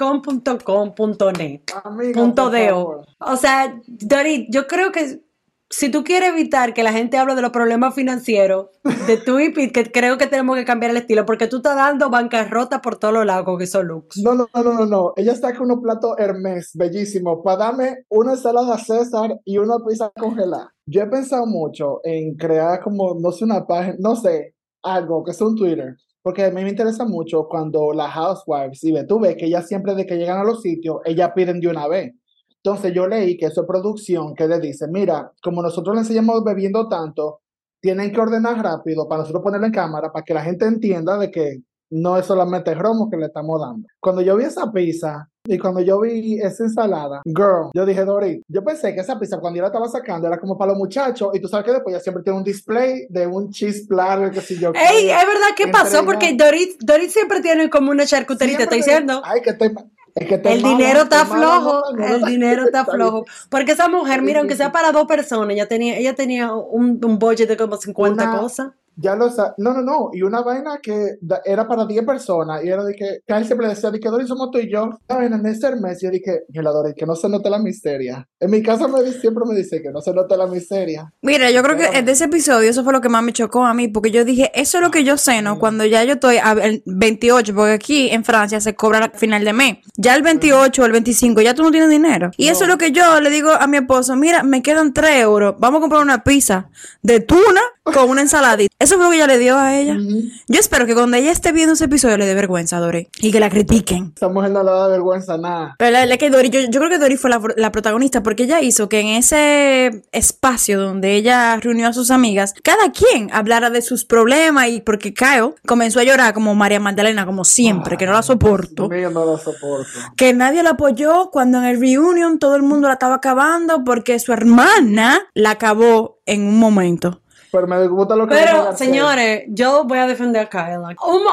villacom.com.net. Amiga, Punto por de favor. O sea, Dorit, yo creo que si tú quieres evitar que la gente hable de los problemas financieros de tu IP, que creo que tenemos que cambiar el estilo, porque tú estás dando bancarrota por todos los lados con esos looks. No. Ella está con unos platos Hermes bellísimos para darme una ensalada César y una pizza congelada. Yo he pensado mucho en crear como, no sé, una página, no sé, algo que sea un Twitter. Porque a mí me interesa mucho cuando las housewives, y tú ves que ellas siempre de que llegan a los sitios, ellas piden de una vez. Entonces yo leí que eso es producción, que le dice, mira, como nosotros le enseñamos bebiendo tanto, tienen que ordenar rápido para nosotros ponerlo en cámara, para que la gente entienda de que no es solamente romo que le estamos dando. Cuando yo vi esa pizza y cuando yo vi esa ensalada, girl, yo dije, Dorit, yo pensé que esa pizza cuando yo la estaba sacando era como para los muchachos, y tú sabes que después ya siempre tiene un display de un cheese platter, que si yo Ey, es verdad, ¿qué pasó? entrega. Porque Dorit siempre tiene como una charcutería, te estoy diciendo. Ay, que estoy, es que estoy El mala, dinero está estoy mala, flojo, no, el dinero está Está bien. flojo. Porque esa mujer, Está mira, aunque sea difícil. para 2 personas, ella tenía un budget de como 50 Una, cosas. ya lo sabes, no, y una vaina que era para 10 personas, y era de que él siempre decía, de que Doris somos tú y yo, una vaina en ese mes, yo dije, yo la Doris, que no se note la miseria. En mi casa siempre me dice que no se note la miseria. Mira, yo creo que Sinceramente. de ese episodio eso fue lo que más me chocó a mí, porque yo dije, eso es lo que yo ceno cuando ya yo estoy el 28, porque aquí en Francia se cobra al final de mes. Ya el 28 o el 25 ya tú no tienes dinero. Y eso es lo que yo le digo a mi esposo, mira, me quedan 3 euros, vamos a comprar una pizza de tuna con una ensaladita. Eso fue lo que ella le dio a ella. Ujú. Yo espero que cuando ella esté viendo ese episodio le dé vergüenza a Dori y que la critiquen. Esa mujer no le da vergüenza nada. Pero la verdad es que yo creo que Dori fue la protagonista porque ella hizo que en ese espacio donde ella reunió a sus amigas, cada quien hablara de sus problemas y porque Kyle comenzó a llorar como María Magdalena, como siempre, que no la soporto. Yo no la soporto. Que nadie la apoyó cuando en el reunion todo el mundo la estaba acabando porque su hermana la acabó en un momento. Pero me gusta lo que dijo Pero, Garcés. señores, yo voy a defender a Kyle.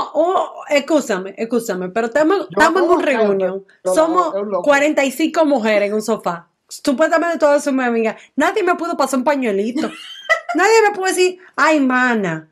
Escúchame, pero estamos en amo un a Kyle, reunion. pero Somos es un loco. 45 mujeres en un sofá. Supuestamente todas son mis amigas. Nadie me pudo pasar un pañuelito. Nadie me pudo decir, ay, mana.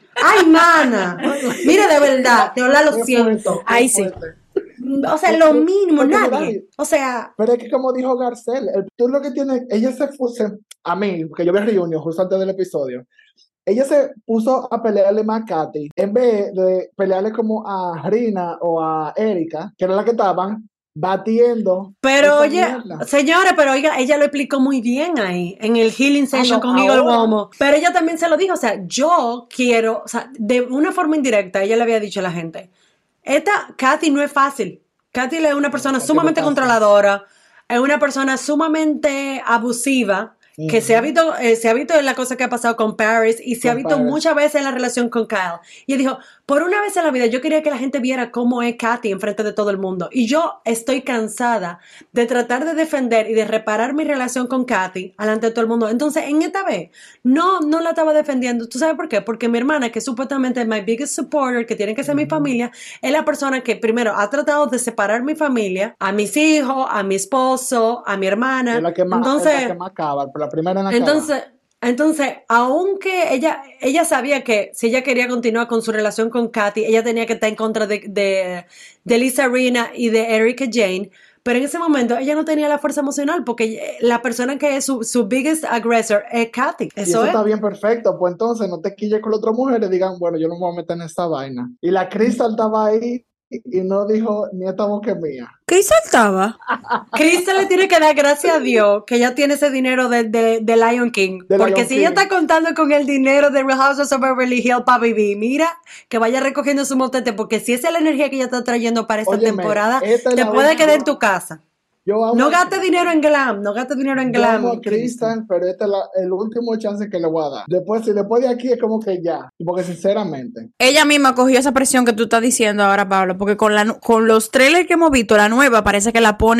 Mira, de verdad, de verdad lo Qué siento. fuerte, Ahí qué sí. fuerte. O sea, lo mínimo, Porque nadie. Dani, O sea, pero es que como dijo Garcel, tú lo que tienes, ella se puso, a mí, que yo vi reunión justo antes del episodio, ella se puso a pelearle más a Katy, en vez de pelearle como a Rina o a Erika, que era la que estaban batiendo. pero esa oye, mierda. señores, pero oiga, ella lo explicó muy bien ahí, en el healing session no, con Eagle ahora. Womo. Pero ella también se lo dijo, o sea, yo quiero, o sea, de una forma indirecta, ella le había dicho a la gente, Katy no es fácil. Katy es una persona Katy sumamente no es fácil. controladora, es una persona sumamente abusiva, que se ha visto en la cosa que ha pasado con Paris y se ha Con visto Paris. muchas veces en la relación con Kyle. Y él dijo, por una vez en la vida yo quería que la gente viera cómo es Katy enfrente de todo el mundo. Y yo estoy cansada de tratar de defender y de reparar mi relación con Katy delante de todo el mundo. Entonces, en esta vez, no la estaba defendiendo. ¿Tú sabes por qué? Porque mi hermana, que es supuestamente my biggest supporter, que tiene que ser mi familia, es la persona que primero ha tratado de separar mi familia, a mis hijos, a mi esposo, a mi hermana. Es la que más, Entonces, es la que más acaba, pero la primera en acabar. entonces, aunque ella sabía que si ella quería continuar con su relación con Katy, ella tenía que estar en contra de Lisa Rinna y de Erika Jane, pero en ese momento ella no tenía la fuerza emocional porque la persona que es su biggest aggressor es Katy. Y eso está bien, perfecto. Pues entonces no te quilles con la otra mujer y digan, bueno, yo no me voy a meter en esta vaina. Y la Crystal estaba ahí y no dijo ni esta boca es mía. ¿Qué saltaba? Crystal le tiene que dar gracias a Dios que ella tiene ese dinero de Lion King. De Porque Lion si ella King. está contando con el dinero de Real Housewives of Beverly Hills para vivir, mira, que vaya recogiendo su motete, porque si esa es la energía que ella está trayendo para esta Óyeme, temporada, esta es te la puede quedar en última. tu casa. Yo amo No a gaste dinero en glam, no gaste dinero en Yo amo glam, a Cristian. Kristen, pero este es el último chance que le voy a dar. Después, si después de aquí es como que ya. Porque sinceramente, Ella misma cogió esa presión que tú estás diciendo ahora, Pablo, porque con los trailers que hemos visto, la nueva parece que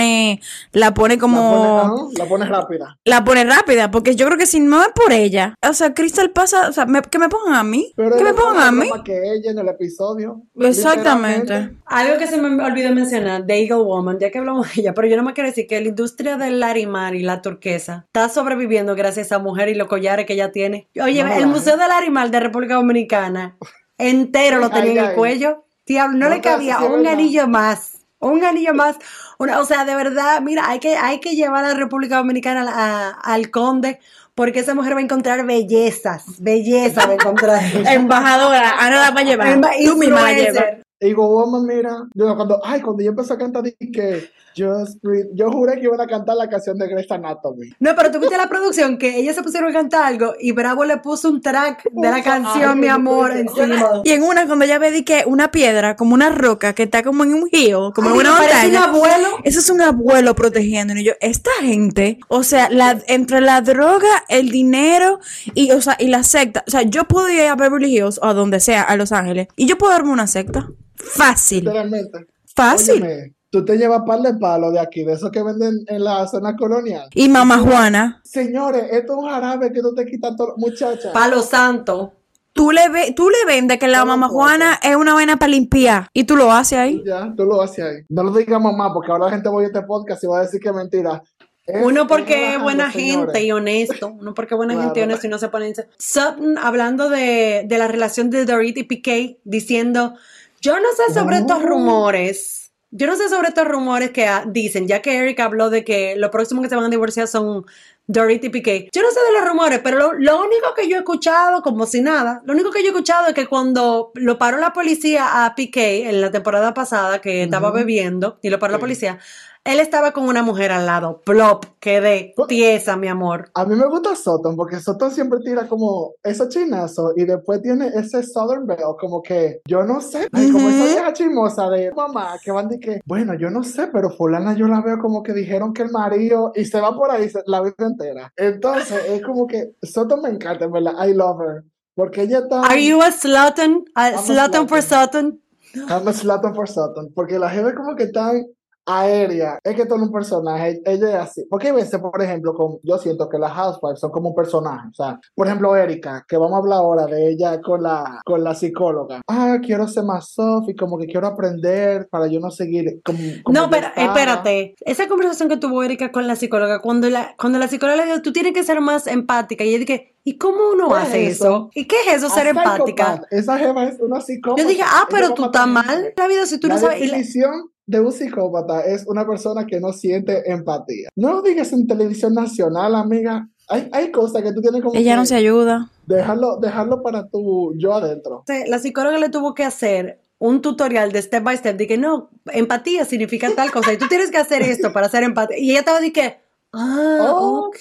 la pone como, la pone rápida. la pone rápida, porque yo creo que si no es por ella, o sea, Crystal pasa, o sea, que me pongan a mí, Pero que él me es más pongan a mí. broma que ella en el episodio. Exactamente. Literalmente. Algo que se me olvidó mencionar, de Eagle Woman, ya que hablamos de ella, pero yo no me quiero decir que la industria del Larimar y la turquesa está sobreviviendo gracias a esa mujer y los collares que ella tiene. Oye, No el relajes. Museo del Larimar de República Dominicana entero lo tenía Ay, en el ay. cuello. Diablo, no No le te haces, cabía sí es un verdad. anillo más. Un anillo más. O sea, de verdad, mira, hay que llevar a la República Dominicana al Conde, porque esa mujer va a encontrar belleza va a encontrar ella. Embajadora, Ana la va a llevar. Tú misma la llevas. Influencer. Y Woman, mira, cuando yo empecé a cantar, dije que Just Breathe, yo juré que iban a cantar la canción de Grey's Anatomy. No, pero tú viste la producción que ellos se pusieron a cantar algo y Bravo le puso un track de la canción, mi amor, encima. Y en una, cuando ella ve di que una piedra, como una roca, que está como en un hill, como en Ay, una parece montaña. un abuelo. Eso es un abuelo protegiendo. Y yo, esta gente, o sea, entre la droga, el dinero y, o sea, y la secta. O sea, yo puedo ir a Beverly Hills o a donde sea, a Los Ángeles, y yo puedo darme una secta. Fácil. Literalmente. Fácil. Óyeme, tú te llevas par de palos de aquí, de esos que venden en la zona colonial. Y mamá Juana, Señores, esto es un jarabe que tú te quitas todo, muchacha. Palo santo. tú le vendes que la No mamá puedo. Juana es una vaina para limpiar. Y tú lo haces ahí. Ya, tú lo haces ahí. No lo digamos más, porque ahora la gente va a oír este podcast y va a decir que es mentira. Uno porque es relajando, buena señores. gente y honesto. Uno porque es buena gente y Claro. honesto y no se pone... Sutton hablando de la relación de Dorit y Piqué, diciendo, yo no sé sobre estos rumores. Yo no sé sobre estos rumores que dicen, ya que Eric habló de que lo próximo que se van a divorciar son Dorit y Piqué. Yo no sé de los rumores, pero lo único que yo he escuchado, como si nada, lo único que yo he escuchado es que cuando lo paró la policía a Piqué en la temporada pasada, que estaba bebiendo, y lo paró la Sí. policía, él estaba con una mujer al lado. Plop, quedé tiesa, mi amor. A mí me gusta Sutton porque Sutton siempre tira como esos chinazos y después tiene ese Southern Belle, como que yo no sé, ay, como esa vieja chismosa de mamá que van de que, bueno, yo no sé, pero fulana yo la veo como que dijeron que el marido y se va por ahí la vida entera. Entonces es como que Sutton me encanta, en verdad, I love her, porque ella está... Are you a Slutton? A I'm a Slutton for Sutton? I'm a Sutton for Sutton, porque la jefe como que tan aérea, es que todo es un personaje, ella es así, porque hay veces, por ejemplo, yo siento que las Housewives son como un personaje, o sea, por ejemplo, Erika, que vamos a hablar ahora de ella con la psicóloga, quiero ser más soft y como que quiero aprender para yo no seguir como No, yo pero estaba. espérate. Esa conversación que tuvo Erika con la psicóloga, cuando la psicóloga le dijo, tú tienes que ser más empática, y ella dije, ¿y cómo uno ¿Qué hace es eso? eso? ¿Y qué es eso, ser A empática? psychopath. Esa jeva es una psicópata. Yo dije, Ella pero va a tú matar estás mal gente. en la vida si tú La no sabes. definición de un psicópata es una persona que no siente empatía. No lo digas en televisión nacional, amiga. Hay cosas que tú tienes como Ella que no se ayuda. dejarlo para tu yo adentro. La psicóloga le tuvo que hacer un tutorial de step by step, de que no, empatía significa tal cosa, y tú tienes que hacer esto para ser empática. Y ella estaba de que, ok.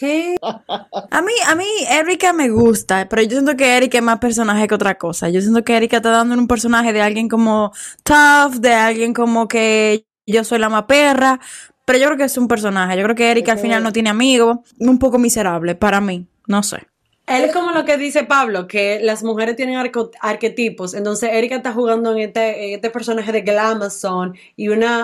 A mí Erika me gusta, pero yo siento que Erika es más personaje que otra cosa. Yo siento que Erika está dando un personaje de alguien como tough, de alguien como que yo soy la más perra, pero yo creo que es un personaje. Yo creo que Erika al final no tiene amigos, un poco miserable para mí, no sé. Él es como lo que dice Pablo, que las mujeres tienen arquetipos. Entonces Erika está jugando en este personaje de Glamazon y una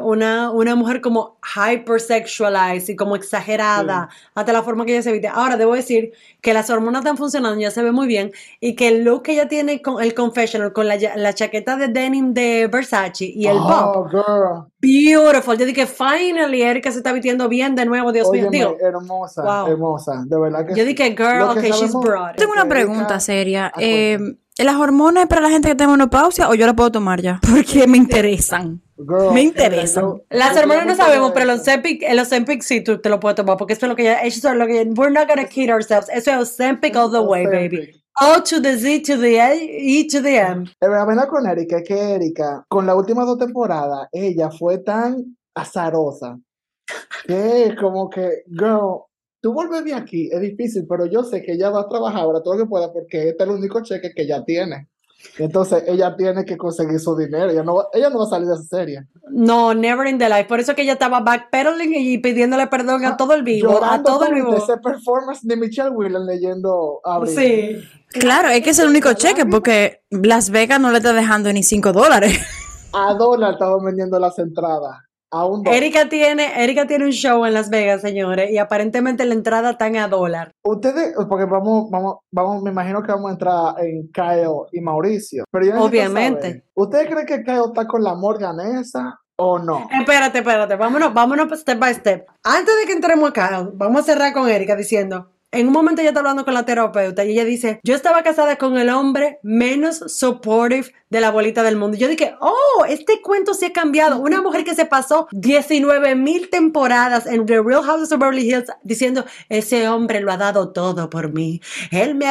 mujer como hypersexualized y como exagerada, hasta la forma que ella se viste. Ahora, debo decir que las hormonas están funcionando, ya se ve muy bien, y que el look que ella tiene con el confessional, con la chaqueta de denim de Versace y el bob, Girl. beautiful. Yo dije, finally, Erika se está vistiendo bien de nuevo, Dios mío. Óyeme, Digo, hermosa, wow. hermosa, de verdad que Yo sí. dije, Lo girl, que okay, she's sabemos broad. es Tengo una que pregunta Erika- seria. cuenta. ¿Las hormonas es para la gente que tiene menopausia o yo la puedo tomar ya? Porque me interesan. Girl, Me interesan. Las yo hormonas no quiero sabemos, mucho pero de eso. el Ozempic sí tú te lo puedes tomar, porque eso es lo que we're not gonna kid ourselves. Eso es Ozempic all the way, baby. Ozempic. O to the Z, to the A, E to the M. La verdad con Erika es que Erika, con las últimas 2 temporadas, ella fue tan azarosa que es como que, girl, tú volver de aquí es difícil, pero yo sé que ella va a trabajar ahora todo lo que pueda porque este es el único cheque que ella tiene. Entonces ella tiene que conseguir su dinero. Ella no va a salir de esa serie. No, never in the life. Por eso que ella estaba backpedaling y pidiéndole perdón a todo el vivo, a Llorando todo el con vivo. ese performance de Michelle Williams leyendo a Britney. Sí. Claro, es que es el único cheque porque Las Vegas no le está dejando ni $5. A dólar estaban vendiendo las entradas. A $1. Erika tiene un show en Las Vegas, señores, y aparentemente la entrada está en $1. Ustedes, porque vamos, me imagino que vamos a entrar en Kyle y Mauricio. Pero yo necesito Obviamente. saber, ¿ustedes creen que Kyle está con la morganesa o no? Espérate, vámonos step by step. Antes de que entremos acá, vamos a cerrar con Erika diciendo, en un momento ella está hablando con la terapeuta y ella dice, yo estaba casada con el hombre menos supportive de la bolita del mundo. Yo dije, oh, este cuento se ha cambiado. Una mujer que se pasó 19,000 temporadas en The Real Houses of Beverly Hills diciendo, ese hombre lo ha dado todo por mí. Él me ha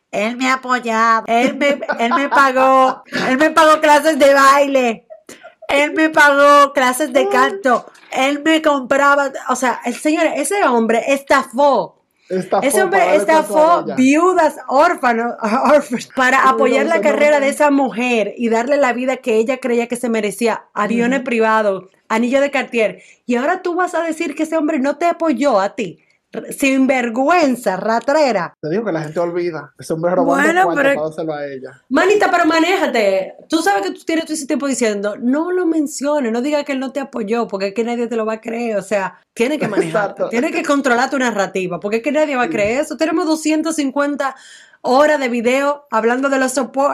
apoyado. Él me pagó clases de baile. Él me pagó clases de canto. Él me compraba, o sea, ese hombre estafó. Ese hombre estafó viudas, órfanos para apoyar la carrera de esa mujer y darle la vida que ella creía que se merecía, aviones privados, anillo de Cartier. Y ahora tú vas a decir que ese hombre no te apoyó a ti. Sin vergüenza, ratrera. Te digo que la gente olvida. Ese hombre robando cuarto para dárselo a ella. Manita, pero manéjate. Tú sabes que tú tienes todo ese tiempo diciendo, no lo menciones, no digas que él no te apoyó, porque es que nadie te lo va a creer. O sea, tienes que manejarte, tienes que controlar tu narrativa, porque es que nadie va a creer eso. Tenemos 250 horas de video hablando de los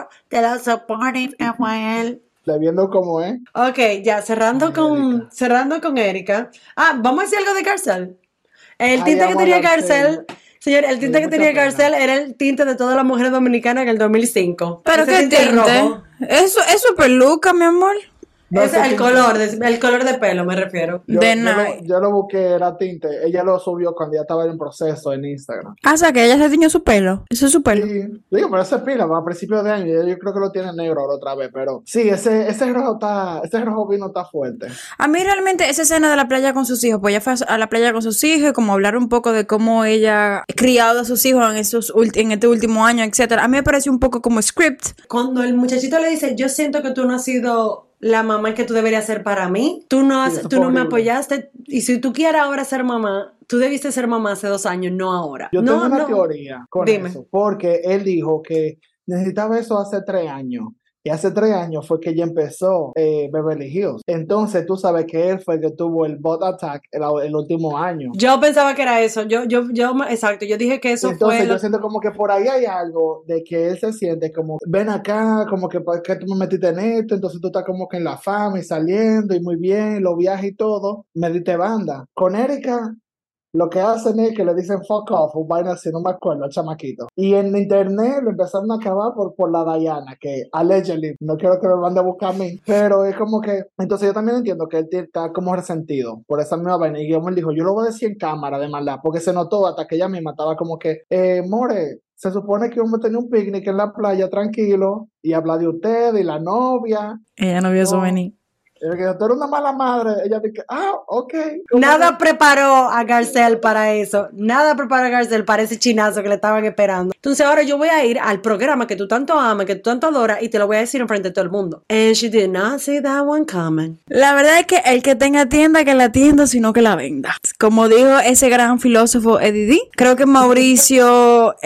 supportive que fue él. Viendo cómo es. Ok, ya, cerrando con Erika. Vamos a decir algo de Garcelle. El tinte que tenía Garcelle, señor, el tinte que tenía Garcelle era el tinte de todas las mujeres dominicanas en el 2005. ¿Pero qué tinte? Eso es peluca, mi amor. No, ese es el color de pelo, me refiero. Yo lo busqué, era tinte. Ella lo subió cuando ya estaba en proceso en Instagram. O sea, que ella se tiñó su pelo. Eso es su pelo. Sí, digo, pero ese pila, a principios de año, yo creo que lo tiene negro ahora otra vez, pero sí, ese rojo vino está fuerte. A mí realmente esa escena de la playa con sus hijos, pues ella fue a la playa con sus hijos y como hablar un poco de cómo ella ha criado a sus hijos en este último año, etcétera. A mí me pareció un poco como script. Cuando el muchachito le dice, yo siento que tú no has sido la mamá que tú deberías ser para mí, tú no me apoyaste, y si tú quieres ahora ser mamá, tú debiste ser mamá hace 2 años, no ahora. Yo tengo una teoría con eso, porque él dijo que necesitaba eso hace 3 años. Y hace 3 años fue que ella empezó Beverly Hills. Entonces tú sabes que él fue el que tuvo el bot attack el último año. Yo pensaba que era eso. Exacto. Yo dije que eso entonces, fue. Yo siento como que por ahí hay algo de que él se siente como, ven acá, como que ¿por qué tú me metiste en esto? Entonces tú estás como que en la fama y saliendo y muy bien, los viajes y todo. Me diste banda. Con Erika, lo que hacen es que le dicen fuck off, un vaina así, no me acuerdo, el chamaquito. Y en internet lo empezaron a acabar por la Diana, que allegedly, no quiero que me mande a buscar a mí, pero es como que, entonces yo también entiendo que él está como resentido por esa misma vaina. Y Guillermo dijo, yo lo voy a decir en cámara de maldad, porque se notó hasta que ella misma estaba como que, more, se supone que vamos a tener un picnic en la playa tranquilo y habla de usted y la novia. Ella no vio eso venir. Que tú eres una mala madre. Ella dice, ok. Nada preparó a Garcelle para eso. Nada preparó a Garcelle para ese chinazo que le estaban esperando. Entonces ahora yo voy a ir al programa que tú tanto amas, que tú tanto adoras, y te lo voy a decir enfrente de todo el mundo. And she did not see that one coming. La verdad es que el que tenga tienda, que la tienda, sino que la venda. Como dijo ese gran filósofo Eddie D, creo que Mauricio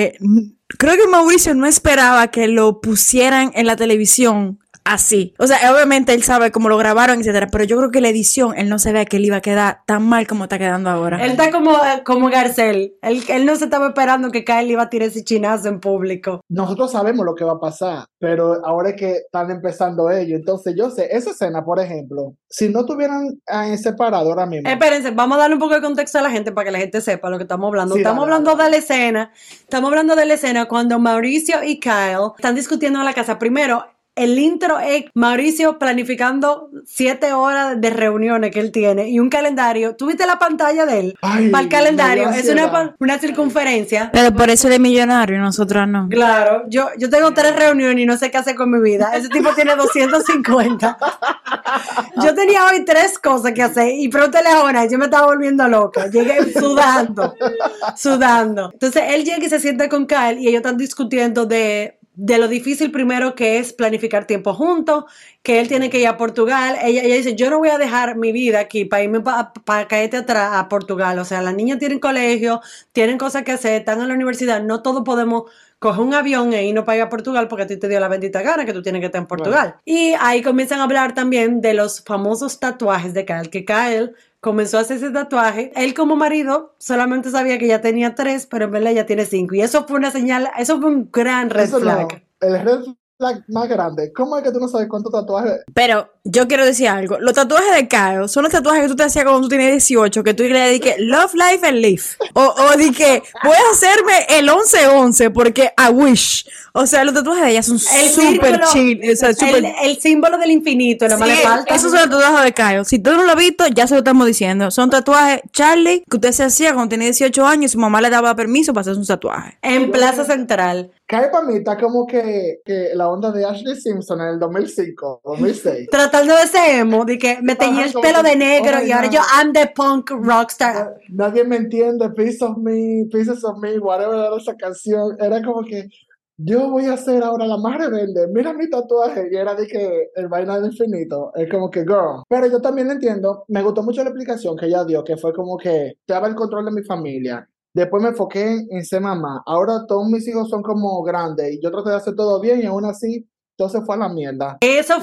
no esperaba que lo pusieran en la televisión así. O sea, obviamente él sabe cómo lo grabaron, etcétera, pero yo creo que la edición, él no sabía que él iba a quedar tan mal como está quedando ahora. Él está como Garcelle. Él no se estaba esperando que Kyle iba a tirar ese chinazo en público. Nosotros sabemos lo que va a pasar, pero ahora es que están empezando ellos. Entonces yo sé, esa escena, por ejemplo, si no tuvieran separado ahora mismo. Espérense, vamos a darle un poco de contexto a la gente para que la gente sepa lo que estamos hablando. Sí, Estamos hablando de la escena cuando Mauricio y Kyle están discutiendo en la casa. Primero, el intro es Mauricio planificando 7 horas de reuniones que él tiene y un calendario. ¿Tú viste la pantalla de él? Para el calendario. Es una circunferencia. Pero por eso él es millonario y nosotros no. Claro. Yo tengo 3 reuniones y no sé qué hacer con mi vida. Ese tipo tiene 250. Yo tenía hoy 3 cosas que hacer y pregúntale ahora, yo me estaba volviendo loca. Llegué sudando. Entonces él llega y se sienta con Kyle y ellos están discutiendo de de lo difícil primero que es planificar tiempo juntos, que él tiene que ir a Portugal. Ella dice, yo no voy a dejar mi vida aquí para irme para caerte atrás a Portugal. O sea, las niñas tienen colegio, tienen cosas que hacer, están en la universidad, no todos podemos coger un avión e irnos para ir a Portugal porque a ti te dio la bendita gana que tú tienes que estar en Portugal. Y ahí comienzan a hablar también de los famosos tatuajes de Kyle, que Kyle comenzó a hacer ese tatuaje. Él como marido solamente sabía que ya tenía 3, pero en verdad ya tiene 5. Y eso fue una señal, eso fue un gran red flag. No, el red flag más grande. ¿Cómo es que tú no sabes cuántos tatuajes? Pero yo quiero decir algo. Los tatuajes de Kyle son los tatuajes que tú te hacías cuando tú tenías 18, que tú le dediques Love, Life and Live. O di que voy a hacerme el 11-11 porque I wish. O sea, los tatuajes de ella son súper chill. O sea, el símbolo del infinito, no me le falta. Esos son los tatuajes de Kyle. Si tú no lo has visto, ya se lo estamos diciendo. Son tatuajes Charlie que usted se hacía cuando tenía 18 años y su mamá le daba permiso para hacerse un tatuaje. En Plaza Central. Kyle para mí está como que la onda de Ashley Simpson en el 2005, 2006. Tratando de ser emo, de que me teñía el pelo de negro y ahora yo I'm the punk rockstar. Nadie me entiende, Pieces of Me, whatever era esa canción. Era como que yo voy a ser ahora la más rebelde. Mira mi tatuaje. Y era de que el vaina del infinito. Es como que girl. Pero yo también entiendo. Me gustó mucho la explicación que ella dio, que fue como que te daba el control de mi familia. Después me enfoqué en ser mamá. Ahora todos mis hijos son como grandes y yo traté de hacer todo bien y aún así entonces fue a la mierda. Eso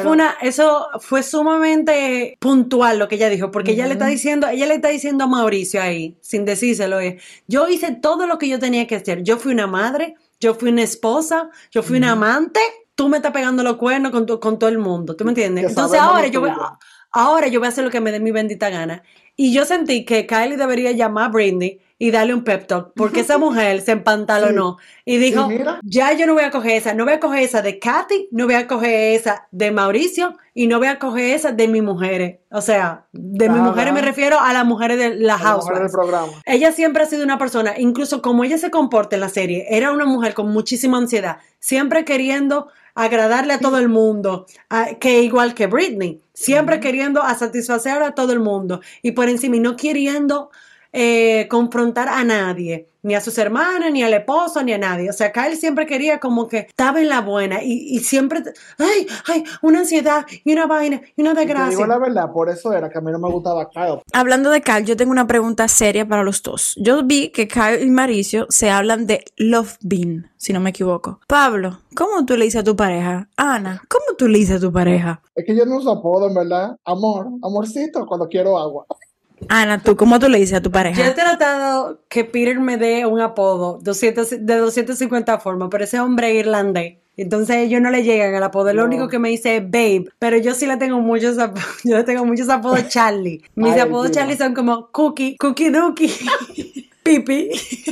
fue sumamente puntual lo que ella dijo, porque ella le está diciendo a Mauricio ahí, sin decírselo, yo hice todo lo que yo tenía que hacer. Yo fui una madre, yo fui una esposa, yo fui una amante, tú me estás pegando los cuernos con todo el mundo, ¿tú me entiendes? Entonces ahora yo voy a hacer lo que me dé mi bendita gana. Y yo sentí que Kylie debería llamar a Britney y darle un pep talk, porque esa mujer se empantalonó y dijo, ya yo no voy a coger esa de Kathy, no voy a coger esa de Mauricio y no voy a coger esa de mis mujeres. O sea, de mis mujeres me refiero a las mujeres de la Housewives. Ella siempre ha sido una persona, incluso como ella se comporta en la serie, era una mujer con muchísima ansiedad, siempre queriendo agradarle a todo el mundo, que igual que Britney, siempre queriendo satisfacer a todo el mundo y por encima y no queriendo confrontar a nadie, ni a sus hermanas, ni al esposo, ni a nadie. O sea, Kyle siempre quería como que estaba en la buena y siempre, una ansiedad y una vaina y una desgracia. Te digo la verdad, por eso era que a mí no me gustaba Kyle. Hablando de Kyle, yo tengo una pregunta seria para los dos. Yo vi que Kyle y Mauricio se hablan de Love Bean, si no me equivoco. Pablo, ¿cómo tú le dices a tu pareja? Ana, ¿cómo tú le dices a tu pareja? Es que yo no uso apodo, en verdad. Amorcito, cuando quiero agua. Ana, ¿tú cómo tú le dices a tu pareja? Yo he tratado que Peter me dé un apodo de 250 formas, pero ese hombre es irlandés. Entonces ellos no le llegan al apodo. Lo único que me dice es babe. Pero yo sí le tengo muchos apodos. Yo le tengo muchos apodos Charlie. Mis apodos Charlie son como Cookie Dookie, Pipi.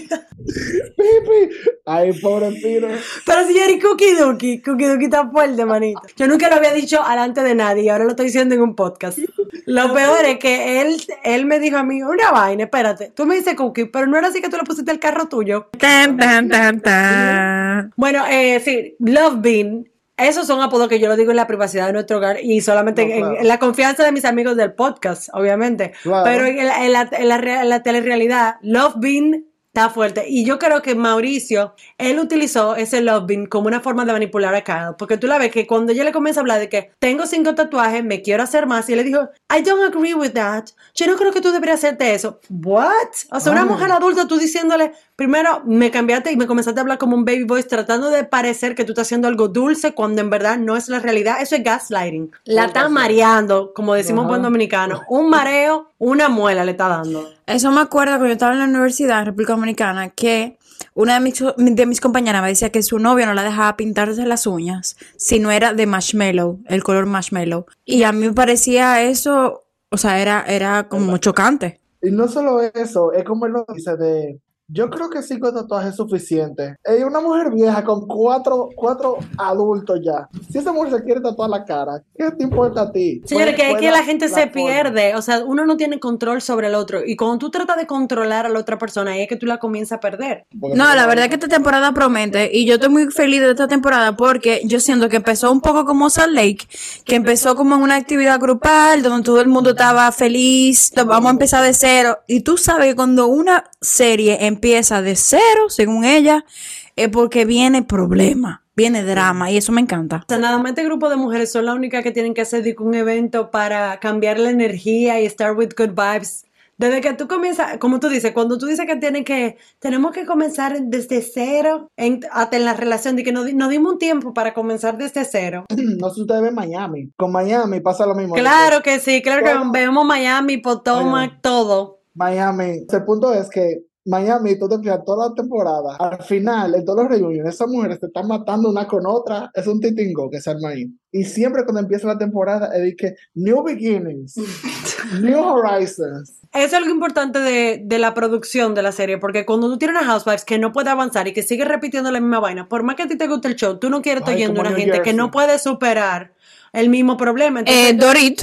Ay, pobre Peter. Pero si eres Cookie Dookie está fuerte, manito. Yo nunca lo había dicho delante de nadie y ahora lo estoy diciendo en un podcast. Lo peor es que él me dijo a mí, una vaina, espérate, tú me dices Cookie, pero no era así que tú le pusiste el carro tuyo. Tan, tan, tan, tan. Bueno, sí, Love Bean. Esos son apodos que yo lo digo en la privacidad de nuestro hogar y solamente en la confianza de mis amigos del podcast, obviamente. Claro. Pero en la telerrealidad, Love Bean está fuerte. Y yo creo que Mauricio, él utilizó ese Love Bean como una forma de manipular a Kyle. Porque tú la ves que cuando ella le comienza a hablar de que tengo 5 tatuajes, me quiero hacer más, y él le dijo, I don't agree with that. Yo no creo que tú deberías hacerte eso. What? O sea, una mujer adulta, tú diciéndole, primero me cambiaste y me comenzaste a hablar como un baby voice, tratando de parecer que tú estás haciendo algo dulce cuando en verdad no es la realidad. Eso es gaslighting. La están mareando, como decimos buen dominicano. Un mareo, una muela le está dando. Eso me acuerdo cuando yo estaba en la universidad en República Dominicana, que una de mis compañeras me decía que su novio no la dejaba pintarse las uñas si no era de marshmallow, el color marshmallow. Y a mí me parecía eso, o sea, era como chocante. Y no solo eso, es como él lo dice de... Yo creo que 5 tatuajes es suficiente. Es una mujer vieja con 4 adultos ya. Si esa mujer se quiere tatuar la cara, ¿qué te importa a ti? Señores, que es que la gente se pierde. O sea, uno no tiene control sobre el otro. Y cuando tú tratas de controlar a la otra persona, ahí es que tú la comienzas a perder. No, la verdad es que esta temporada promete. Y yo estoy muy feliz de esta temporada porque yo siento que empezó un poco como Salt Lake, que empezó como en una actividad grupal donde todo el mundo estaba feliz. Vamos a empezar de cero. Y tú sabes que cuando una serie empieza de cero, según ella, es porque viene problema, viene drama, y eso me encanta. O sea, nada más este grupo de mujeres son las únicas que tienen que hacer un evento para cambiar la energía y start with good vibes. Desde que tú comienzas, como tú dices, cuando tú dices que tenemos que comenzar desde cero, hasta en la relación, de que nos dimos un tiempo para comenzar desde cero. No sé si ustedes ven Miami. Con Miami pasa lo mismo. Claro que sí, claro que vemos Miami, Potomac, todo. Miami. El punto es que Miami, tú te fijas toda la temporada. Al final, en todos los reuniones, esas mujeres se están matando una con otra. Es un titingo que se arma ahí. Y siempre cuando empieza la temporada, es de que New Beginnings, New Horizons. Eso es algo importante de la producción de la serie, porque cuando tú tienes una Housewives que no puede avanzar y que sigue repitiendo la misma vaina, por más que a ti te guste el show, tú no quieres estar oyendo una gente que no puede superar el mismo problema. Entonces,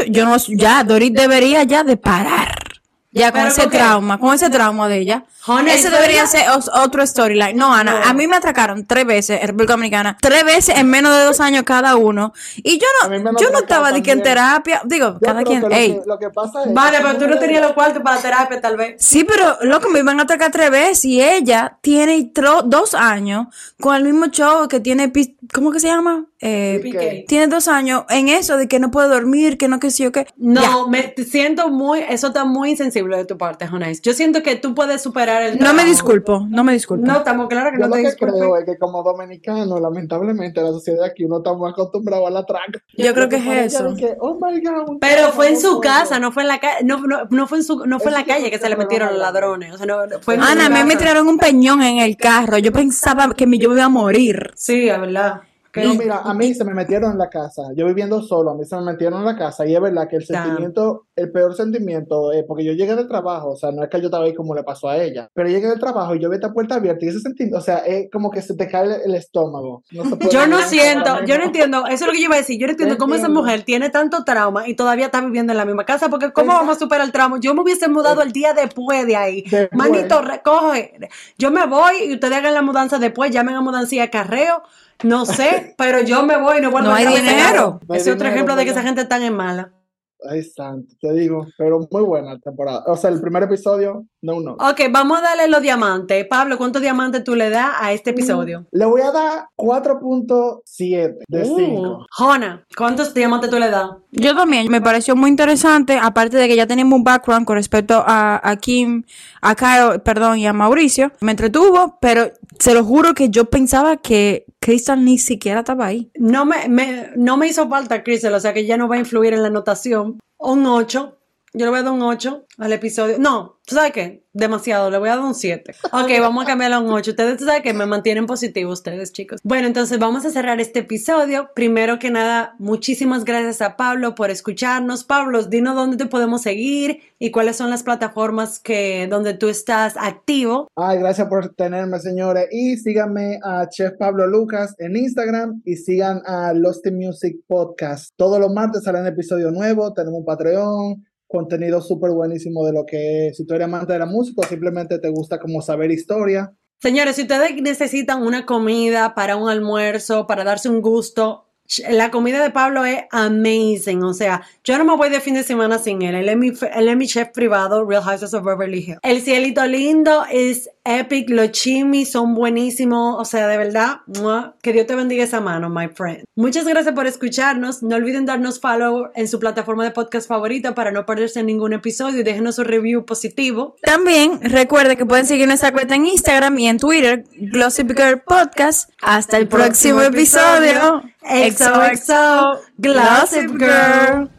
Dorit debería ya de parar. Ya con ese trauma de ella. Ese debería ser otro storyline. No, Ana, a mí me atracaron 3 veces en República Dominicana, 3 veces en menos de 2 años cada uno. Y yo no estaba de que en terapia, digo, cada quien, lo que pasa es vale, pero tú no tenías los cuartos para terapia, tal vez. Sí, pero loco, me iban a atracar 3 veces y ella tiene 2 años con el mismo show que tiene, ¿cómo que se llama? Tiene 2 años en eso de que no puede dormir, que no que sí o que. No, me siento eso está muy insensible de tu parte, Jonais. Yo siento que tú puedes superar el trabajo. No me disculpo. No, estamos claros que yo no te disculpo. Yo lo que creo es que como dominicano, lamentablemente, la sociedad aquí uno está muy acostumbrado a la traca. Yo creo que es eso. Que, oh my God, pero fue en su casa, no fue en la calle, no fue en la calle que se le metieron los ladrones. O sea, no fue en Ana, me tiraron un peñón en el carro. Yo pensaba que yo me iba a morir. Sí, es verdad. No, mira, a mí se me metieron en la casa. Yo viviendo solo, a mí se me metieron en la casa. Y es verdad que el peor sentimiento, porque yo llegué del trabajo, o sea, no es que yo estaba ahí como le pasó a ella, pero llegué del trabajo y yo vi esta puerta abierta y ese sentimiento, o sea, es como que se te cae el estómago. Yo no entiendo, eso es lo que yo iba a decir. Yo no entiendo cómo esa mujer tiene tanto trauma y todavía está viviendo en la misma casa, porque ¿cómo vamos a superar el trauma? Yo me hubiese mudado el día después de ahí. Manito, recoge. Yo me voy y ustedes hagan la mudanza después, llamen a mudanza y acarreo. No sé, pero yo me voy y no vuelvo a hay dinero. Ese es otro ejemplo de que esa gente está en mala. Ay, santo, te digo, pero muy buena temporada. O sea, el primer episodio, no. Ok, vamos a darle los diamantes. Pablo, ¿cuántos diamantes tú le das a este episodio? Le voy a dar 4.7 de 5. Jona, ¿cuántos diamantes tú le das? Yo también, me pareció muy interesante, aparte de que ya teníamos un background con respecto a Kim, a Kyle, perdón, y a Mauricio. Me entretuvo, pero se lo juro que yo pensaba que Crystal ni siquiera estaba ahí. No me hizo falta Crystal, o sea que ya no va a influir en la anotación. Un 8. Yo le voy a dar un 8 al episodio. No, ¿tú sabes qué? Demasiado, le voy a dar un 7. Ok, vamos a cambiarlo a un 8. Ustedes saben que me mantienen positivos ustedes, chicos. Bueno, entonces vamos a cerrar este episodio. Primero que nada, muchísimas gracias a Pablo por escucharnos. Pablo, dinos dónde te podemos seguir y cuáles son las plataformas donde tú estás activo. Ay, gracias por tenerme, señores. Y síganme a Chef Pablo Lucas en Instagram y sigan a Lost in Music Podcast. Todos los martes sale un episodio nuevo. Tenemos un Patreon. Contenido súper buenísimo de lo que si tú eres amante de la música o simplemente te gusta como saber historia. Señores, si ustedes necesitan una comida para un almuerzo, para darse un gusto, la comida de Pablo es amazing. O sea, yo no me voy de fin de semana sin él. Él es mi chef privado, Real Housewives of Beverly Hills. El cielito lindo es epic, los chimis son buenísimos. O sea, de verdad, que Dios te bendiga esa mano, my friend. Muchas gracias por escucharnos. No olviden darnos follow en su plataforma de podcast favorita para no perderse ningún episodio y déjenos un review positivo. También recuerden que pueden seguir nuestra cuenta en Instagram y en Twitter, Glossip Girl Podcast. Hasta el próximo episodio. XOXO, Glossip Girl.